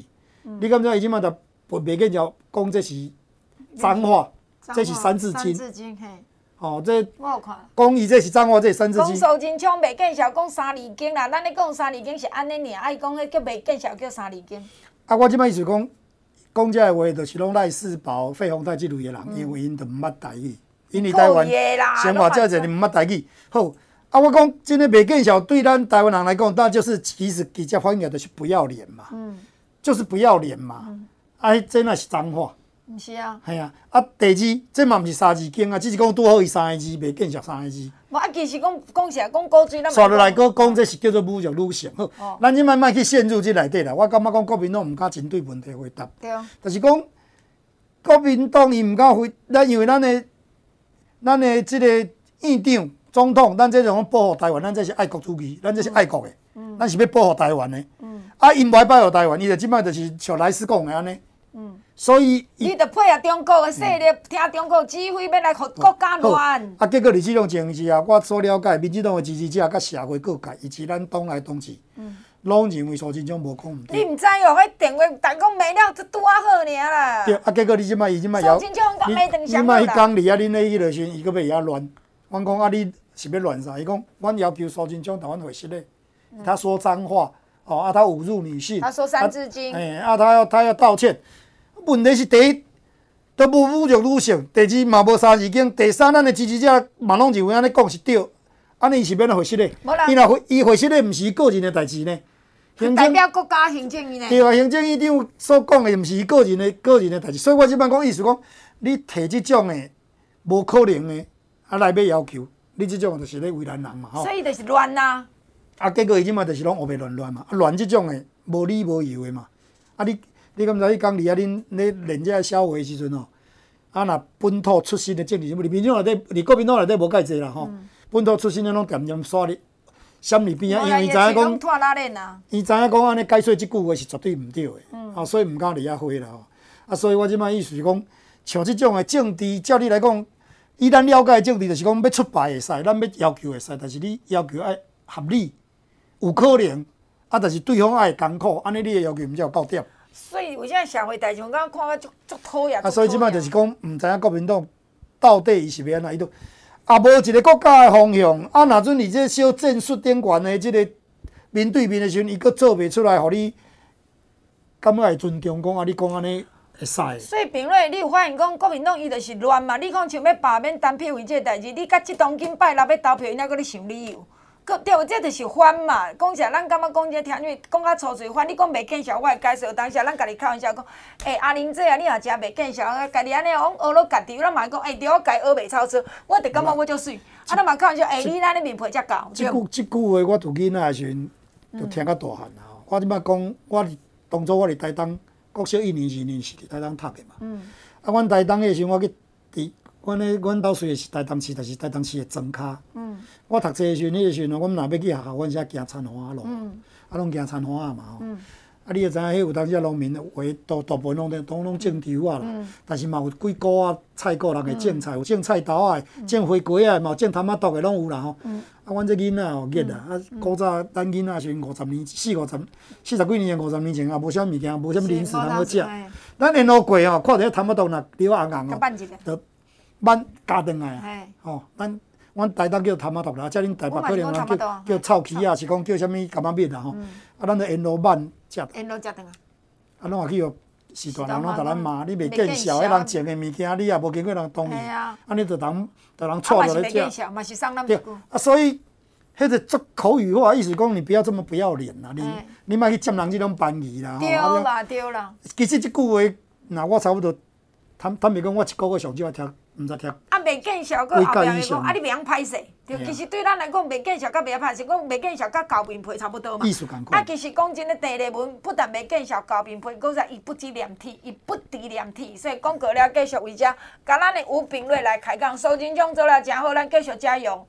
你敢知伊即马就袂见着讲这是脏话，这是三字经。 三字经嘿。 哦，这我有看。 讲伊这是脏话，这是三字讲经。 苏金昌袂见效，讲三字经啦。咱咧讲三字经是安尼尔，啊伊讲迄叫袂见效，叫三字经。 啊，我即摆意思讲这个话，就是拢赖世宝、费鸿泰即类的人，因为因都毋捌台语，因为台湾生活遮侪，毋捌台语。好，啊，我讲真诶袂见效，对咱台湾人来讲，那就是其实直接翻译就是不要脸嘛，就是不要脸嘛。啊，这那是脏话。 毋是啊， 系啊，啊第二，这嘛毋是三字经啊，只是讲拄好伊三个字，袂见效三个字。 无啊，其实讲啥讲古锥，咱刷落来讲这是叫做侮辱女性。好，咱即摆莫去陷入这内底啦。我感觉讲国民党毋敢针对问题回答。 对。 就是讲国民党伊毋敢回，因为咱的即个院长、总统，咱这种保护台湾，咱这是爱国主义，咱这是爱国的，咱是要保护台湾的。啊，因无保护台湾，伊就即摆就是像莱斯讲的安尼。所以， 你着配合中国的势力，听中国指挥，要来互国家乱。 啊，结果伫即种情势啊，我所了解，民进党的支持者、甲社会各界，以及咱党内同志，拢认为苏贞昌无讲毋对。 你毋知哦，迄电话逐讲骂了，拄啊好尔啦。 对，啊，结果伊即摆要， 苏贞昌讲骂长你摆迄讲哩啊，恁咧迄落时，伊搁要遐乱。阮讲啊，你是要乱啥？伊讲，阮要求苏贞昌台湾会失礼，他说脏话，哦啊，他侮辱女性。 他说三字经。 啊，他要道歉。问题是第一，都无侮辱女性；第二，嘛无三字经；第三，咱的支持者嘛拢认为安尼讲是对，安尼伊是免来回失礼。伊若伊回失礼，毋是伊个人的代志呢。 代表国家行政院呢？ 对啊，行政院长所讲的，毋是伊个人的代志。所以我即摆讲意思讲，你摕即种的无可能的，啊来要要求，你即种就是咧为难人嘛，吼。 所以就是乱啦。 啊，结果伊即摆就是拢胡白乱嘛，啊乱即种的无理无由的嘛，啊你敢知迄讲哩啊？恁咧练这消话的时阵吼，啊，若本土出身的政治人物，民进党内底，国民党内底无介济啦吼。本土出身的拢点点刷哩，闪里边啊，因为伊知影讲，伊知影讲安尼解说即句话是绝对毋对的，啊，所以毋敢离遐花啦吼。啊，所以我即摆意思是讲，像即种的政治，照你来讲，以咱了解的政治，就是讲要出牌会使，咱要要求会使，但是你要求爱合理，有可能，啊，但是对方爱艰苦，安尼你的要求毋才有够点。 所以为啥社会大众敢看到足讨厌？ 啊，所以即摆就是讲，毋知影国民党到底伊是要安怎？伊都也无一个国家的方向。啊，若阵伊这小战术顶悬的即个面对面的时阵，伊阁做袂出来，互你感觉会尊重讲啊？你讲安尼会使。 所以评论，你有发现讲国民党伊就是乱嘛？你讲像要罢免单票为这个代志，你甲即当今拜六要投票，因还阁咧想理由。对，这就是反嘛。讲啥，咱感觉讲这听，因为讲较粗嘴反，你讲袂见效，我会解释。当时咱家己开玩笑讲，阿玲姐啊，你若食袂见效，家己安尼讲学了家己，咱嘛讲，对我家学袂超车，我就感觉我足水。啊，咱嘛开玩笑，你咱咧面皮才厚。 即句话我拄囡仔的时阵，就听到大汉啦。我即摆讲，当初我伫台东国小1年2年是伫台东读的嘛。啊，阮台东的时阵，我去伫阮兜虽然是台东市，但是台东市的庄脚。我读册的时阵，迄个时阵，我们若要去学校，阮是行田花路，啊，拢行田花嘛吼。啊，你就知影，迄有当时农民的话，大部分拢种稻啊啦。但是嘛有几股啊菜果人会种菜，有种菜头啊，种花瓜啊，嘛有种头仔豆的拢有啦吼。啊，阮这囡仔吼热啦，啊，古早咱囡仔时阵40几年前、50年前啊，无啥物件，无啥物零食通好食。咱沿路过吼，看到头仔豆若溜红红哦，就挽加转来啊。吼，阮台东叫头仔豆啦，遮恁台北可能人叫臭旗啊，是讲叫啥物柑仔蜜啦吼。啊，咱就沿路挽食。 沿路食转啊。 啊，拢也去哦，时大人拢甲咱骂，你袂见效，迄人种的物件，你也无经过人同意，安尼就人带落来食。 嘛是送咱一句。啊，所以迄个做口语化，意思讲你不要这么不要脸啦，你莫去占人即种便宜啦。 对啦，对啦。 其实即句话，那我差不多，坦白讲，我一个月上少听，毋知听。 啊，袂见效，搁后壁来讲，啊，你袂晓歹势。对，其实对咱来讲，袂见效，甲袂晓歹势，讲袂见效，甲交面皮差不多嘛。 意思共款。 啊，其实讲真诶，第二文不但袂见效，交面皮，搁在伊不知廉体，伊不敌廉体，所以讲过了，继续为遮，甲咱的吴炳瑞来开讲。苏贞昌做了真好，咱继续加油。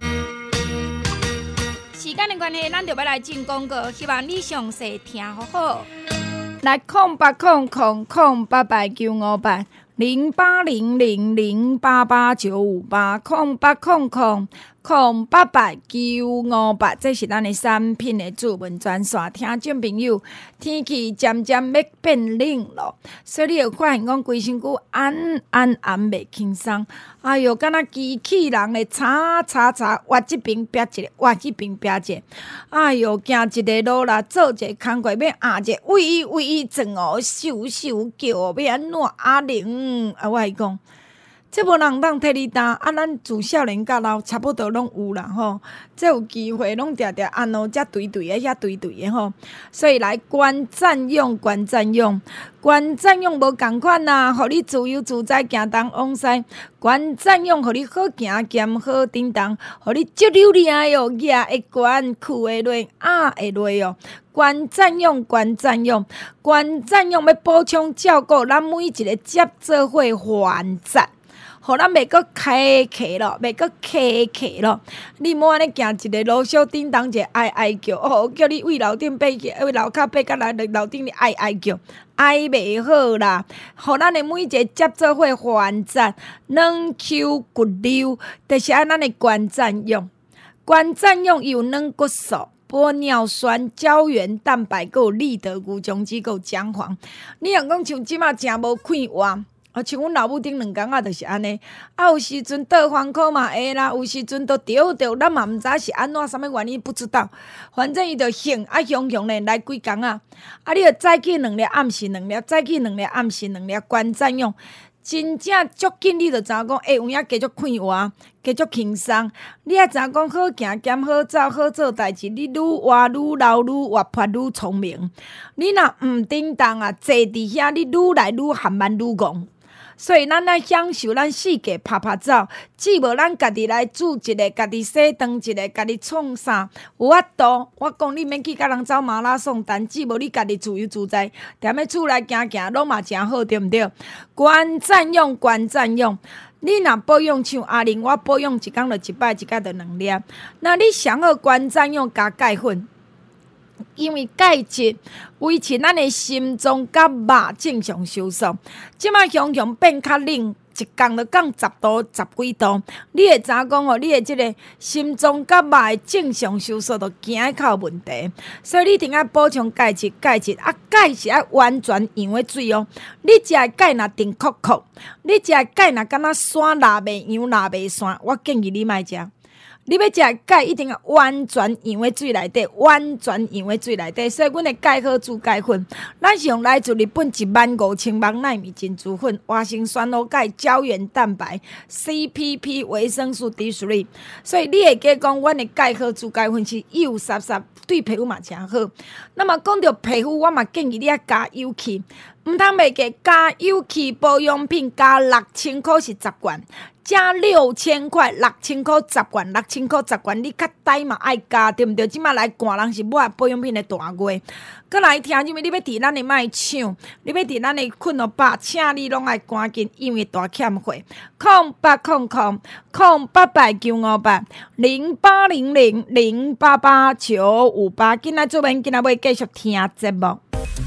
时间的关系，咱就要来进广告，希望你详细听好好。 来0800088958。08000889580800 088958，这是咱的产品的主文专线。听众朋友，天气渐渐要变冷咯，所以你会发现讲规身躯暗袂轻松。哎哟，敢若机器人咧，擦，挖这边撇一个，挖这边撇一个。哎哟，行一个路啦，做一个工课要压一个，喂转哦，咻叫，要安怎零？我来讲。这无人当替你担，咱自少年到老差不多拢有啦吼。这有机会拢定安哦，遮堆的吼。所以来管占用，无共款啦，互你自由自在行东往西。管占用，互你好行兼好叮当，互你足溜溜哟，举会管，裤会落，会落哦。管占用要补充照顾咱每一个接做伙还债。互咱袂阁开咯，你莫安尼行一个路小叮当者哀叫，叫你为楼顶爬起，为楼骹爬甲来楼顶哩哀叫，哀袂好啦。互咱的每一个接做伙还债，软 Q 骨溜，就是按咱的管占用有软骨素。玻尿酸、胶原蛋白，还有利得牛种子，还有姜黄。你若讲像即马真无快活。像阮老母顶2工就是安尼，有时阵倒环考嘛会啦，有时阵都着，咱嘛毋知是安怎，啥物原因不知道。反正伊就兴雄咧来几工你就早起2粒，暗时2粒，早起2粒，暗时2粒，管占用。真正足紧，你就知影讲，有影继续快活，继续轻松。你也知影讲，好行兼好走，好做代志，你愈活愈老，愈活泼愈聪明。你若毋叮当坐伫遐，你愈来愈含慢愈戆。所以咱来享受咱四界拍走，只无咱家己来煮一个，家己洗汤一个，家己创啥有法度。我讲你免去甲人走马拉松，但只无你家己自由自在，踮咧厝内行，拢嘛诚好，对毋对？管占用。你若保养像阿玲，我保养一工就1摆，一摆就2粒。那你上好管占用加钙粉。因为钙质维持咱的心脏甲肉正常收缩，即摆熊变较冷，一降就降10度、10几度，你会知影讲你的即个心脏甲肉的正常收缩就惊较有问题，所以你一定要补充钙质。钙是要完全养的水哦。你食的钙若定壳，你食的钙若敢若山辣袂羊辣袂散，我建议你莫食。你要食钙，一定要完全养在水内底，所以阮的钙好煮钙粉，咱是用来自日本15000芒奈米珍珠粉、活性酸卤钙、胶原蛋白、CPP 维生素 D3， 所以你会记讲，阮的钙好煮钙粉是幼杀，对皮肤嘛诚好。那么讲到皮肤，我嘛建议你加油漆，毋通袂记加油漆保养品加6000块是10罐。加6000块，6000块10罐，6000块10罐，你较呆嘛爱加，对毋对？即马来寒人是买保养品的大月，搁来听什么？你要伫咱的卖抢，你要伫咱的困乐吧，请你拢爱赶紧，因为大欠货。0800-0800-0888-958，今仔做面，今仔要继续听节目。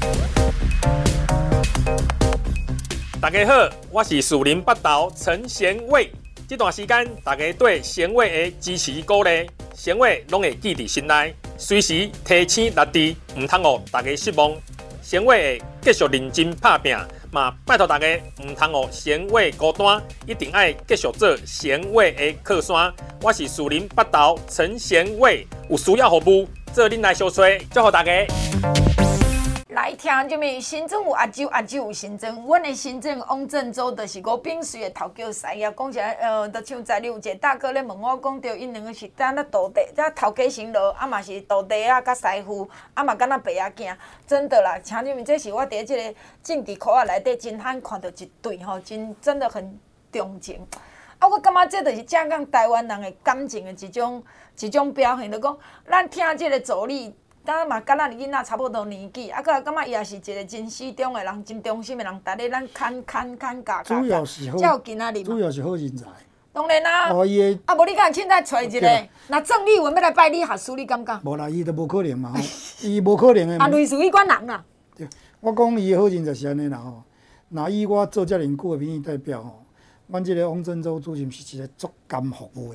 大家好，我是树林北投陈贤伟。这段时间，大家对贤伟的支持鼓励，贤伟拢会记伫心内，随时提醒力治，唔通互大家失望。贤伟会继续认真打拼，嘛拜托大家唔通互贤伟孤单，一定爱继续做贤伟的靠山。我是树林北投陈贤伟，有需要服务，做恁来相找，祝福大家。 来听什么？新庄有阿舅有新庄。阮的新庄王振洲，就是吴炳水的头家师爷。讲起来，就像在有一个大哥咧问我讲，着因两个是咱咧徒弟，咱头家成路，嘛是徒弟甲师傅，嘛敢若爸仔囝。真的啦，请你们，这是我伫即个政治课内底真罕看到一对吼，真的很重情。我感觉这就是正讲台湾人的感情的一种表现。就讲，咱听即个助理。咱嘛，敢若囡仔差不多年纪，搁感觉伊也是一个真始终的人，真忠心的人，逐日咱看教。 主要是好，主要是好人才。 当然啦。无你敢凊彩找一个？那郑丽文要来拜你学师，你感觉？ 无啦，伊都无可能嘛，伊无可能的。 类似伊管人啦。 对，我讲伊的好人才是安尼啦吼。那以我做遮尔久的民意代表吼，阮即个王振洲主任是一个足甘服务的人。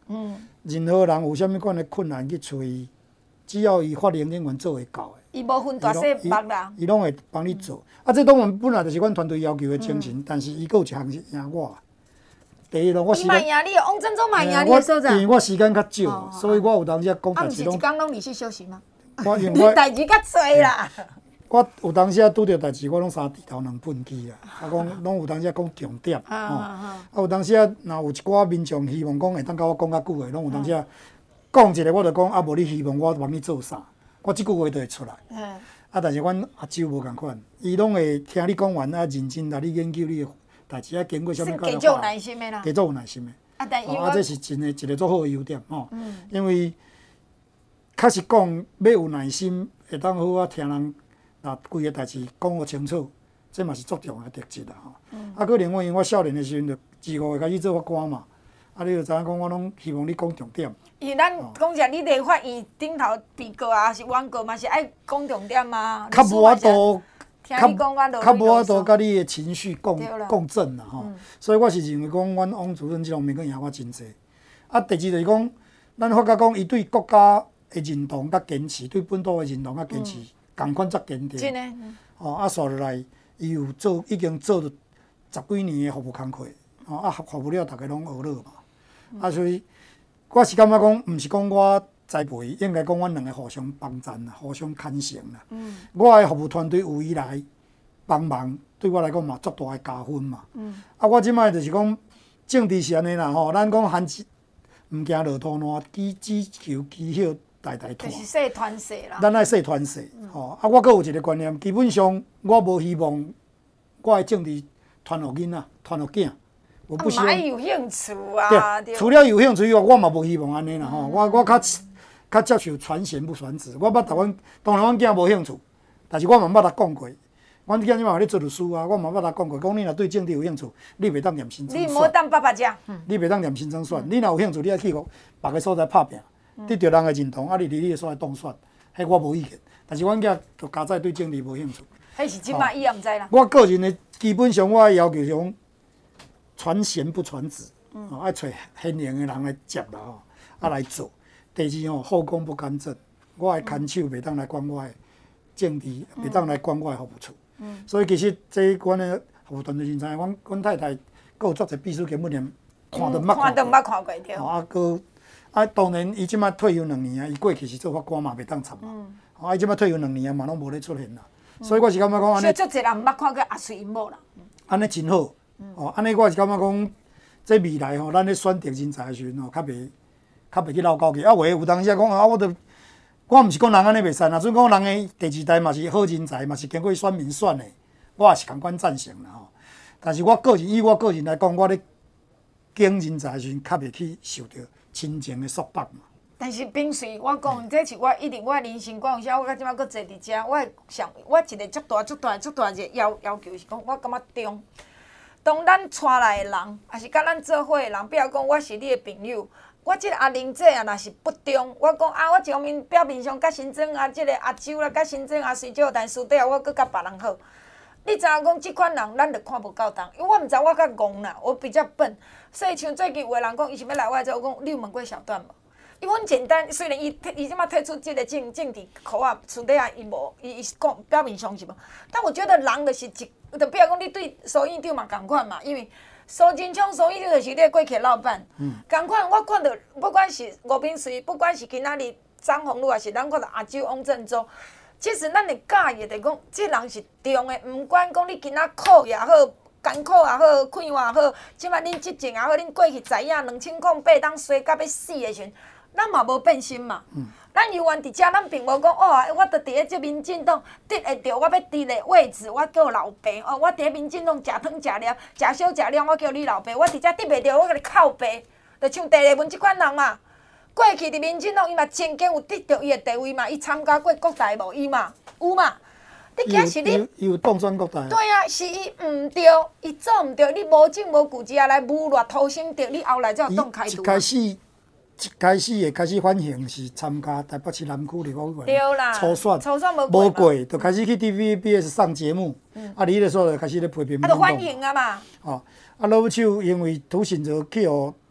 任何人有啥物款的困难去找伊，只要伊发言永远做会到的。 伊无分大细目啦， 伊拢会帮你做。这当然本来就是阮团队要求的精神，但是伊还有一项是赢我。第一咯，我时间， 伊嘛赢你，王振中嘛赢你的所在。 因为我时间较少，所以我有当时讲代志毋是一工拢离去休息吗？ 因你代志较多啦。 我有当时拄着代志，我拢三低头两分机啦。讲拢有当时讲重点，有当时若有一寡民众希望讲会当甲我讲较久的，拢有当时讲一个我就讲，无你希望我帮你做啥，我即句话就会出来。但是阮阿周无共款，伊拢会听你讲完，认真来你研究你的代志，经过啥物加足有耐心的啦， 加足有耐心的。这是真的一个足好的优点吼。因为确实讲要有耐心，会当好啊听人规个代志讲好清楚，这嘛是足重要的特质啦吼。搁另外，因为我少年的时阵就自5岁开始做法官嘛，你就知影讲，我拢希望你讲重点。 伊咱讲者，你立法院顶头被告啊，是原告嘛，是爱讲重点啊。 较无法度， 听你讲我较无法度，甲你的情绪共振啦吼。所以我是认为讲，阮王主任即方面佫赢我真济。第二就是讲，咱发觉讲，伊对国家的认同甲坚持，对本土的认同甲坚持，共款则坚定。 真的。 刷落来，伊有已经做了10几年的服务工课，服务了大家拢学乐嘛。所以我是感觉讲，毋是讲我栽培，应该讲阮两个互相帮衬啦，互相牵成啦。我的服务团队有伊来帮忙，对我来讲嘛，足大的加分嘛。我即摆就是讲，政治是安尼啦吼，咱讲罕毋惊落土烂，只求基晓代代传。 就是细团细啦。 咱爱细团细，我阁有一个观念，基本上我无希望我的政治传互囡仔，传互囝。我不希望。 有兴趣啊！ 对，除了有兴趣以外，我嘛无希望安尼啦吼。我较接受传贤不传子。我捌逐阮，当然阮囝无兴趣，但是我嘛捌他讲过。阮囝即马咧做律师啊，我嘛捌他讲过，讲你若对政治有兴趣，你袂当念新庄。 你莫当爸爸食。 你袂当念新庄选，你若有兴趣，你爱去别个所在拍拼，得到人的认同，你伫你的所在当选，迄我无意见。但是阮囝就加在对政治无兴趣。 迄是即摆伊也毋知啦。 我个人的基本上，我的要求是讲。传贤不传子，爱找贤良的人来接啦吼，来做。第二吼，后宫不干政，我的看守袂当来管我的政治，袂当来管我的服务处。所以其实这阮的服务团队真知，阮太太阁有足侪秘书根本连看都毋捌看过对。当然伊即摆退休2年啊，伊过去是做法官嘛，袂当插嘛。伊即摆退休2年啊嘛，拢无咧出现啦。所以我是感觉讲安尼。 所以足侪人毋捌看过阿水因某啦。 安尼真好。安尼我是感觉讲，这未来吼，咱咧选择人才的时阵吼，较袂去闹交去。有当时讲我毋是讲人安尼袂使，若准讲人的第2代嘛是好人才，嘛是经过选民选的，我也是共款赞成啦吼。但是以我个人来讲，我咧拣人才的时阵，较袂去受到亲情的束缚嘛。 但是平时我讲，这是我一定我人生讲，有时我到即摆搁坐伫遮，我一个足大一个要求是讲，我感觉当咱带来的人，也是甲咱做伙的人，比如讲我是你的朋友，我即个阿玲姐啊，若是不忠，我讲我一方面表面上甲新庄啊，即个阿周啦，甲新庄啊，水少，但私底下我搁甲别人好。你知影讲即款人，咱着看无够重，因为我毋知我较戆啦，我比较笨，所以像最近有个人讲，伊是要来我这，我讲你有问过小段无？因为很简单，虽然伊即马退出即个政治口啊，私底下伊无，伊讲表面上是无，但我觉得人就是就比如讲你对苏院长嘛共款嘛，因为苏贞昌苏院长就是你过去老板，共款我看到不管是吴秉叡，不管是今仔日张宏禄，还是咱看到阿周王振洲，其实咱会介意的讲，这人是中的，毋管讲你今仔苦也好。艰苦也好，困也好，即摆恁执政也好，恁过去知影2008当衰到要死的时阵，咱嘛无变心嘛。咱永远伫遮，咱并无讲我著伫咧即民进党得会着我要伫咧位置，我叫老爸我伫咧民进党食汤食了，食烧食了，我叫你老爸，我伫遮得袂着，我甲你靠背，就像第二文即款人嘛。过去伫民进党，伊嘛曾经有得着伊的地位嘛，伊参加过国台无？伊嘛有嘛。你今是你， 伊有当选国台。 对啊，是伊毋对，伊做毋对，你无证无据之下来侮辱土生着，你后来才有当开除。 一开始会开始反省是参加台北市南区立法委员初选无过，就开始去 TVBS 上节目。你迄个时候就开始咧批评。 就反省啊嘛。 老母手因为涂信哲去互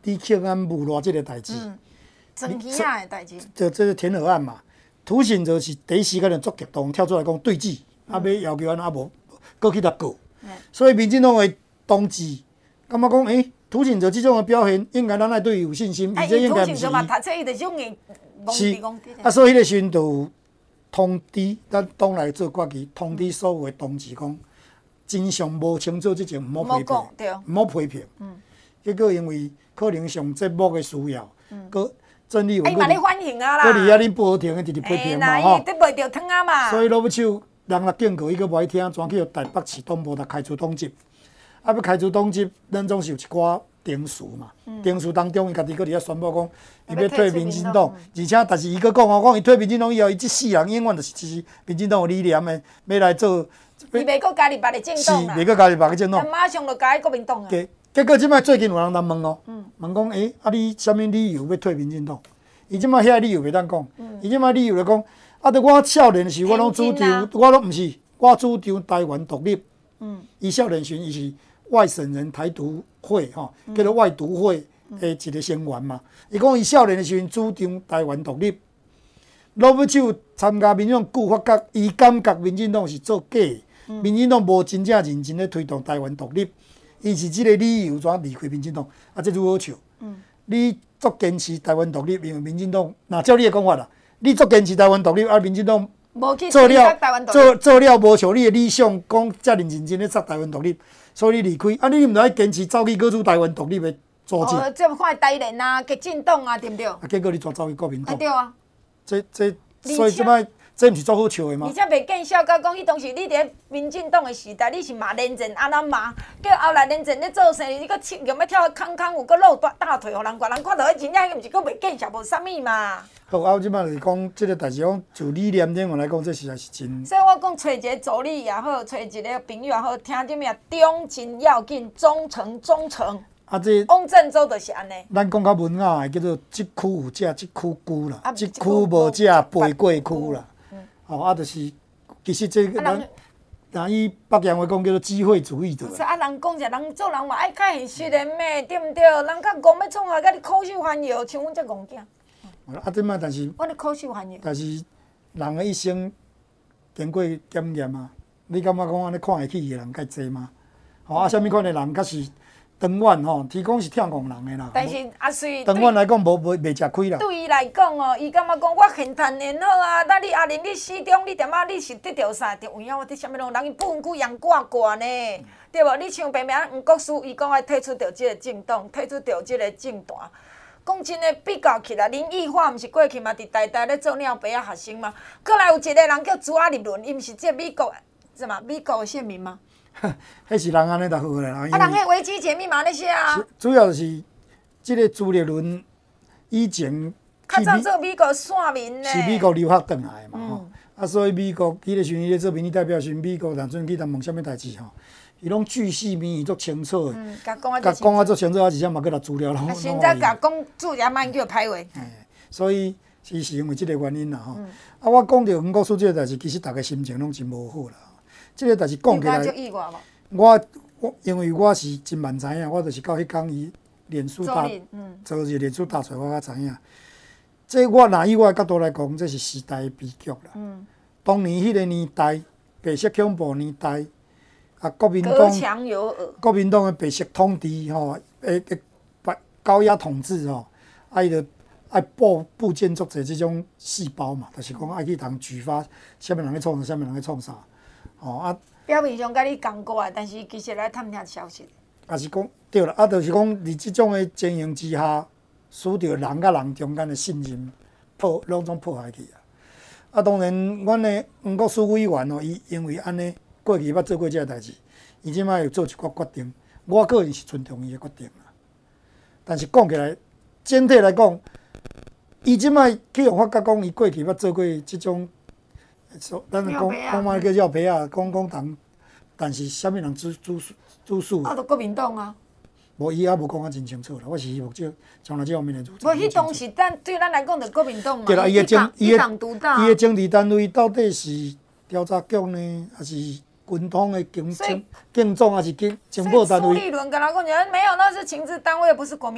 李克安侮辱这个代志， 装鱼仔的代志。 这是天河案嘛，涂姓就是第一时间就足激动，跳出来讲对峙，要要求安啊无，搁去他告，所以民进党的同志感觉讲，涂姓者这种的表现，应该咱爱对伊有信心，而且应该毋是嘛，读册伊就种硬是啊，所以迄个时阵就有通知咱党内做决议，通知所有的同志讲，真相无清楚之前毋好批评，毋好批评。结果因为可能上节目的需要，搁郑丽文， 嘛咧反省啊啦， 搁伫遐恁报亭的直直批评嘛吼， 得袂着汤啊嘛。 所以老母手人来警告，伊搁无爱听，转去台北市党部来开除党籍。啊，要开除党籍，咱总是有一寡定数嘛。定数当中，伊家己搁伫遐宣布讲，伊要退民进党，而且但是伊搁讲讲伊退民进党以后，伊即世人永远就是支持民进党的理念的，要来做。 伊袂搁加入别个政党啦， 是袂搁加入别个政党， 马上就加入国民党啊。 结果即摆最近有人来问哦，问讲啊你啥物理由要退民进党？伊即摆遐理由袂当讲，伊即摆理由就讲，啊，伫我少年时我拢主张，我拢毋是，我主张台湾独立。伊少年时伊是外省人台独会吼，叫做外独会的一个成员嘛。伊讲伊少年的时阵主张台湾独立，老母手参加民进党旧发觉，伊感觉民进党是做假的，民进党无真正认真咧推动台湾独立。伊是即个理由怎离开民进党，啊，这如何笑？你足坚持台湾独立，因为民进党，那照你的讲法啦，你足坚持台湾独立，啊，民进党做了无像你的理想，讲遮认真咧杀台湾独立，所以你离开，啊，你毋爱坚持走去搞出台湾独立的组织。 这看台联啊，激进党啊，对不对？啊， 结果你全走去国民党。 对啊。 所以即摆。这毋是足好笑的吗？ 而且袂见笑到讲，迄当时你伫民进党的时代，你是骂连战安怎骂？叫后来连战咧做生意，你搁用要跳空有搁露大腿，互人看到迄真正毋是搁袂见笑，无啥物嘛。 好，我即摆就是讲，即个代志讲，就理念顶来讲，这实在是真。 所以我讲，找一个助理也好，找一个朋友也好，听这名忠真要紧，忠诚。 啊，这汪振洲就是安尼。 咱讲较文雅的叫做一区有这，一区孤啦，一区无这，背过区啦。啊，就是其实这个人以北洋话讲叫做机会主义者。 是啊，人讲者，人做人嘛爱较现实的咩，对毋对？人较戆要创啊，甲你口秀翻摇，像阮这戆囝。 啊，即摆但是， 我咧口秀翻摇。 但是人的一生经过检验啊，你感觉讲安尼看会起的人较济吗？啊，啥物款的人较是？长远吼，提供是忝戆人的啦。 但是啊，随长远来讲，袂吃亏啦。 对伊来讲哦，伊感觉讲我现赚年好啊，那你阿玲你始终你点啊，你是得到啥？就有影我伫啥物拢人伊不分区洋挂呢，对无？你像白名黄国书，伊讲爱退出着即个政党，退出着即个政坛。讲真诶，比较起来，林奕华毋是过去嘛，伫台大咧做鸟白啊学生嘛。过来有一个人叫朱阿立伦，伊毋是即美国什么美国诶县民吗？ 迄是人安尼就好啦。 啊，人迄维基解密码那些啊。 主要是即个朱立伦以前较早做美国线民呢。 是美国留学转来嘛吼，啊，所以美国迄个时阵伊咧做民意代表时，美国人阵去他问啥物代志吼，伊拢巨细靡遗足清楚诶，甲讲啊足清楚，啊，而且嘛搁拿资料拢。 现在甲讲注也莫叫歹话。 所以是因为即个原因啦吼。啊，我讲到黄国书即个代志，其实大家心情拢真无好啦。即个代志讲起来，我因为我是真慢知影，我就是到迄天伊脸书大，就是脸书大出来，我才知影。这我若以我的角度来讲，这是时代的悲剧啦。当年迄个年代，白色恐怖年代，啊，国民党的白色统治吼，高压统治吼，伊就爱布建作者这种细胞嘛，就是讲爱去通举发，啥物人咧创啥，啥物人咧创啥。啊， 表面上甲你讲过啊，但是其实来探听消息。 也是讲对啦，啊，就是讲伫即种的经营之下，使着人甲人中间的信任拢总破坏去啊。啊，当然，阮的黄国书委员哦，伊因为安尼过去捌做过即个代志，伊即摆又做一寡决定，我个人是尊重伊的决定啦。但是讲起来，整体来讲，伊即摆去用发觉讲，伊过去捌做过即种。咱讲嘛叫尿皮啊，讲人，但是啥物人主事？ 啊，就国民党啊。 无伊也无讲啊真清楚啦，我是希望将来这方面的主持。 无，迄当时对咱来讲，就国民党嘛。 对啦，伊党独大。 伊的政治单位到底是调查局呢，还是军统的警总，还是情报单位？ 苏立伦跟他讲，没有，那是情治单位，不是国民党。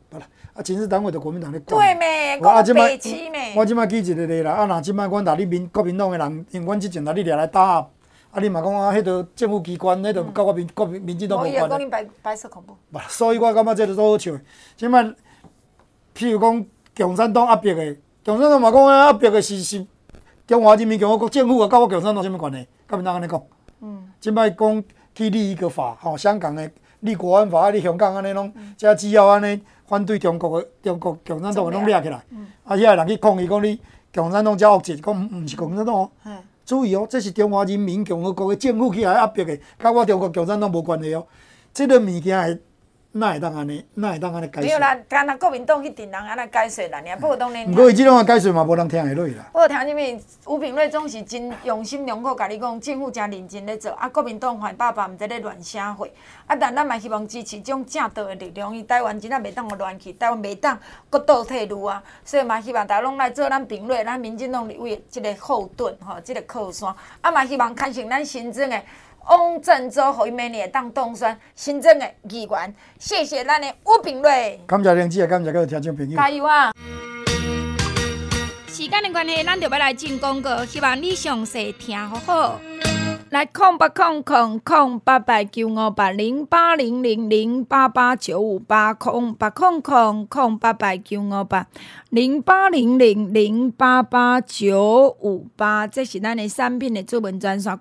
不啦，亲自单位就国民党咧管。 对咩？ 我即摆北市咩？ 我即摆举一个例啦，若即摆阮打你国民党诶人，因为阮之前打你掠来打压，你嘛讲迄个政府机关，迄个甲我民进党无关。 我讲你白色恐怖。 所以我感觉这就做好笑的。即摆譬如讲共产党压迫的，共产党嘛讲压迫的是中华人民共和国政府啊，甲我共产党什么关系？甲民党安尼讲。即摆讲去立一个法，香港的立国安法，你香港安尼拢，只只要安尼反对中国共产党的拢掠起来。遐个人去抗议讲你共产党遮恶质，讲毋是共产党哦。注意哦，这是中华人民共和国的政府起来压迫的，甲我中国共产党无关系哦。这个物件会哪会当安尼解释？ 没有啦，干那国民党迄阵人安尼解释啦，不过当然。 不过伊即种解释嘛，无人听会落去啦。 我听什么？吴秉叡总是真用心良苦，甲你讲，政府真认真咧做，国民党反爸爸毋知咧乱啥货，但咱嘛希望支持这种正道的力量，因为台湾真正袂当互乱去，台湾袂当搁倒退路啊，所以嘛希望大家拢来做咱秉叡、咱民进党立委的即个后盾即个靠山，嘛希望看成咱新增的。翁振洲，互伊明年会当当选新增的议员，谢谢咱的吴秉叡。 感谢玲姐，感谢各位听众朋友。 加油啊！时间的关系，咱就要来进广告，希望你详细听好好。来0800-088-958，0800-088-958，这是咱的产品的主文专线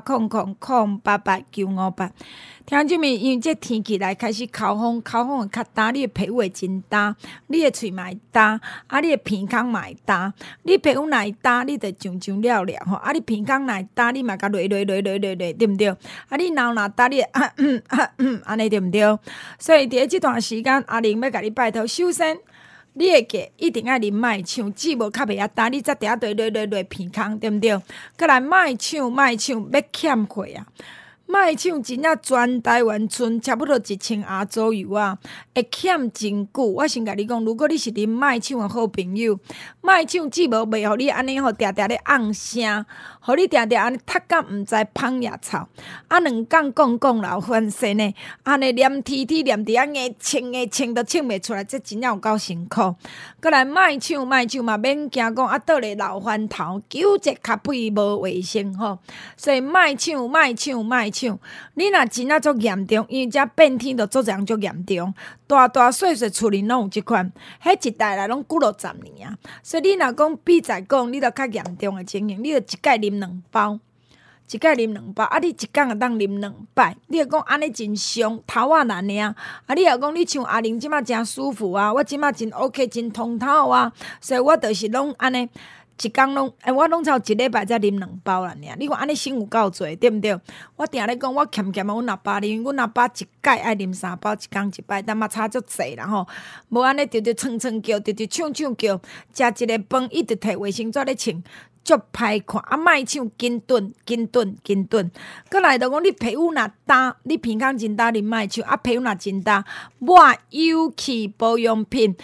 0800-088-958。听众们，因为这天气来开始口风会较干，你的皮肤会真干，你的喙嘛会干，你的鼻孔嘛会干，你皮肤若会干，你就上了吼，你鼻孔若会干，你嘛甲对毋对？你脑若干，你安尼对毋对？所以伫即段时间，阿玲要甲你拜托，首先你会记一定爱啉麦唱，舌无较袂遐干，你才伫遐对鼻孔对毋对？再来麦唱，要欠血啊！麦唱真正全台湾剩差不多1000盒左右啊，会欠真久。我先甲你讲，如果你是啉麦唱的好朋友，麦唱只无袂互你安尼吼，定定咧昂声，互你定定安尼读甲毋知芳野草，2工讲老翻身呢，安尼黏天黏伫遐硬清都清袂出来，这真正有够辛苦。过来麦唱嘛，免惊讲倒咧老翻头，纠结较肥无卫生吼，所以麦唱。你若真啊足严重，因为遮变天就足人足严重，大细厝里拢有即款，迄一代来拢几60年啊。所以你若讲比在讲，你著较严重的情形，你著一摆啉2包，你一工会当啉2摆，你著讲安尼真伤，头仔难尔。你若讲你像阿玲即马真舒服啊，我即马真 OK， 真通透啊，所以我就是拢安尼。一工拢，我拢超一礼拜才啉2包啦尔。你看安尼省有够济，对毋对？我定咧讲，我欠啊，阮阿爸啉，阮阿爸一摆爱啉3包，一工一摆，但嘛差足济啦吼。无安尼直蹭叫，直抢叫，食一个饭，伊直摕卫生纸咧穿。足歹看，莫唱紧顿。过来就讲你皮肤若干，你鼻孔真干，你莫唱。皮肤若真干，抹有气保养品。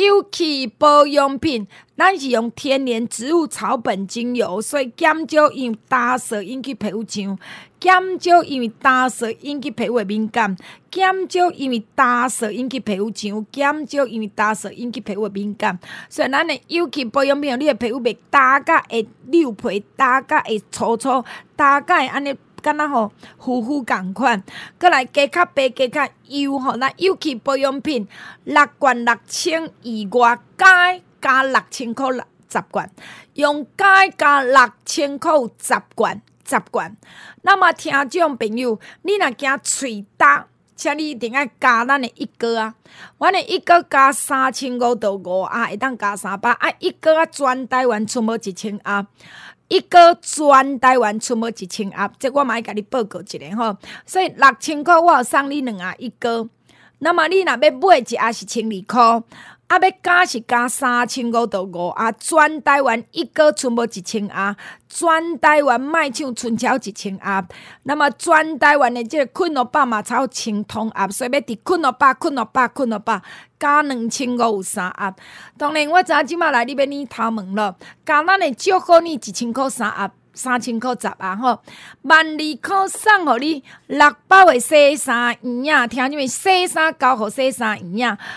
咱是用天然植物草本精油，所以减少因为打湿引起皮肤痒，减少因为打湿引起皮肤敏感，减少因为打湿引起皮肤痒，减少因为打湿引起皮肤敏感。所以咱的有机保养品，你的皮肤袂打甲会溜皮，打甲会粗，打甲会安尼。敢若吼糊共款，过来加较白加较油吼，咱有机保养品6罐6000以外，加6000块10罐，用加6000块10罐。那么听众朋友，你若惊喙焦，请你一定爱加咱的一哥啊！阮的一哥加3500到5盒，会当加300啊！一哥啊，全台湾出无1000盒。一个全台湾出无1000盒，这我嘛要甲你报告一下吼。所以6000块我有送你2盒一个，那么你若要买一盒是12块，要加是加3500到5盒，全台湾一个出无1000盒，全台湾卖唱剩超1000盒，那么全台湾的这个困乐巴嘛超1000通盒，所以要伫困乐巴加2500盒。当然，我知即马来你要念头问了，加咱的祝贺你1000块3盒 3000块10啊吼，12,000块送互你6包的洗衫圆啊，听见没？洗衫交互洗衫圆啊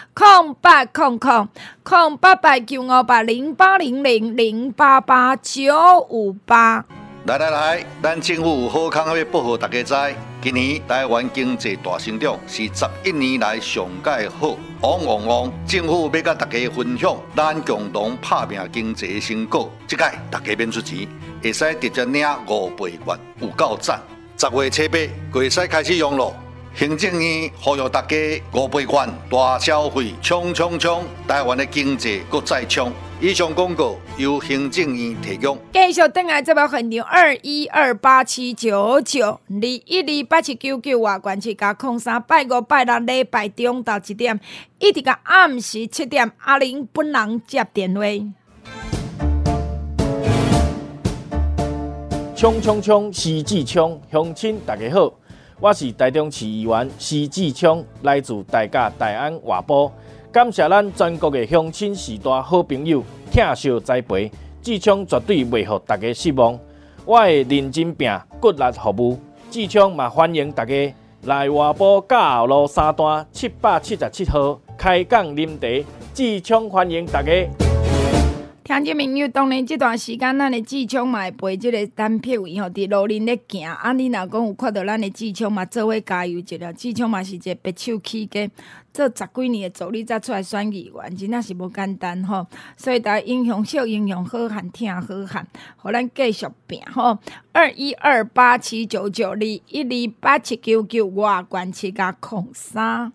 ，0800-0800-0888-958。 来，咱政府有好康要报互大家知。今年台湾经济大成长是11年来上界好，旺！政府要甲大家分享咱共同打拼经济的成果。这届大家免出钱，会使直接领5倍券，有够赞！10月初8，会使开始用咯。行政院呼吁大家5倍券大消费，冲！台湾的经济搁再冲。以上广告由行政院提供。 继续等来节目现场212879921287999外关市加03拜5拜6礼拜中到1点，一直到暗时7点，阿玲本人接电话。 冲！徐志昌，乡亲大家好，我是台中市议员徐志昌，来自大甲大安外埔。感谢咱全国的乡亲时代好朋友疼惜栽培，志昌绝对袂互大家失望。我会认真拼，骨力服务。志昌嘛欢迎大家来外埔嘉后路3段777号开讲啉茶。志昌欢迎大家。 听众朋友，当然这段时间，咱的志昌嘛会陪这个单票位吼，伫路林咧行。啊，你若讲有看到咱的志昌嘛，做伙加油一下。志昌嘛是一个白手起家，做10几年的助理才出来选议员，真正是无简单吼。所以大家英雄惜英雄，好汉听好汉，互咱继续拼吼。212879921287999外关市加03。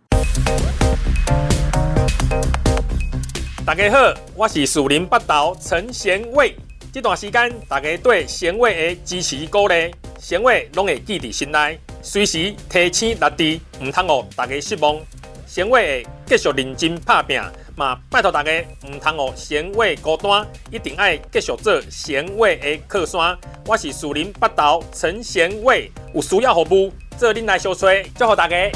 大家好，我是树林北投陈贤伟。这段时间，大家对贤伟的支持鼓励，贤伟拢会记伫心内，随时提醒力治，唔通互大家失望。贤伟会继续认真打拼，嘛拜托大家唔通互贤伟孤单，一定爱继续做贤伟的靠山。我是树林北投陈贤伟，有需要服务，做恁来相找，祝福大家。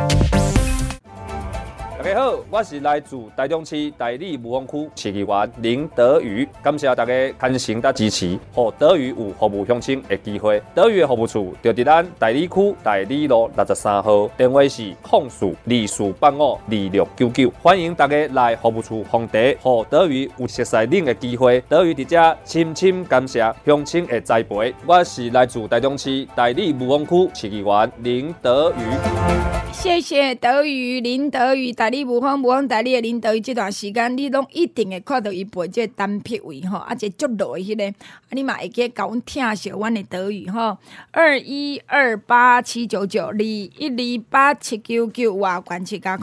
大家好，我是来自台中市大里武丰区市议员林德宇，感谢大家牵成甲支持，让德宇有服务乡亲的机会。德宇的服务处就伫咱大里区大里路63号，电话是0424852699，欢迎大家来服务处访茶，让德宇有熟悉恁的机会。德宇伫遮深感谢乡亲的栽培。我是来自台中市大里武丰区市议员林德宇。 谢谢德宇林德宇，大理武丰大理的林德宇，这段时间你拢一定会看到伊陪这个单票位吼，啊，这足落的迄个，啊，你嘛会记甲阮疼惜阮的德宇吼，212879921287999外关市加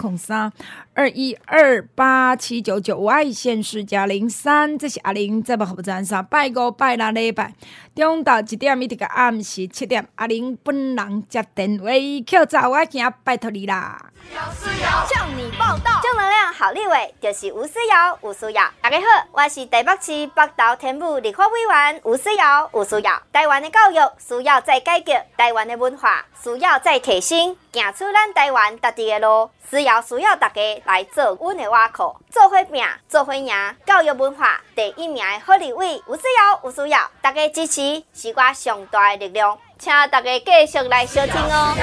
03，2128799外县市加03，这是阿玲节目服务站3拜5拜6礼拜中到1点，一直到暗时7点，阿玲本人接电话，扣走我行，拜托你啦。 向你报道，正能量好立委就是吴思瑶。大家好，我是台北市北投天母立法委员吴思瑶。台湾的教育需要再改革，台湾的文化需要再提升，行出咱台湾家己的路。需要大家来做阮的瓦靠，做伙拼，做伙赢。教育文化第1名的好立委吴思瑶，大家支持是我上大的力量，请大家继续来收听哦。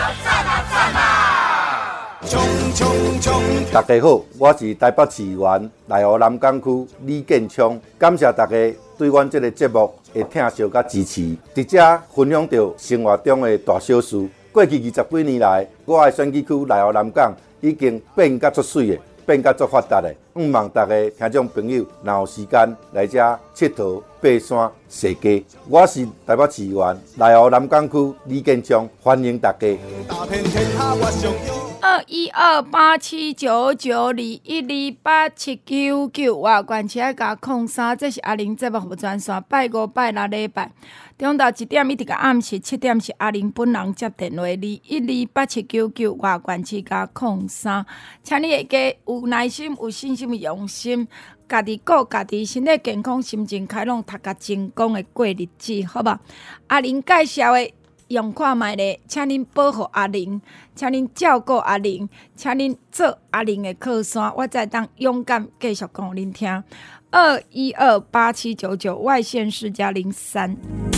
大家好，我是台北市议员内湖南港区李建昌，感谢大家对阮这个节目的疼惜甲支持，伫遮分享到生活中的大小事。过去20几年来，我的选举区内湖南港已经变甲足水的，变甲足发达的。望大家听众朋友，若有时间来遮佚佗、爬山、踅街。我是台北市议员内湖南港区李建昌，欢迎大家。 212879921287999外关市加03，这是阿玲节目服务专线，拜5拜6礼拜中到1点，一直到暗时7点，是阿玲本人接电话21287999外关市加03，请你会记有耐心、有信心、用心，家己顾家己身体健康、心情开朗、读甲成功的过日子，好吧？阿玲介绍的。用看卖咧，请恁保护阿玲，请恁照顾阿玲，请恁做阿玲的靠山，我才当勇敢继续讲恁听。2128799外县市加03。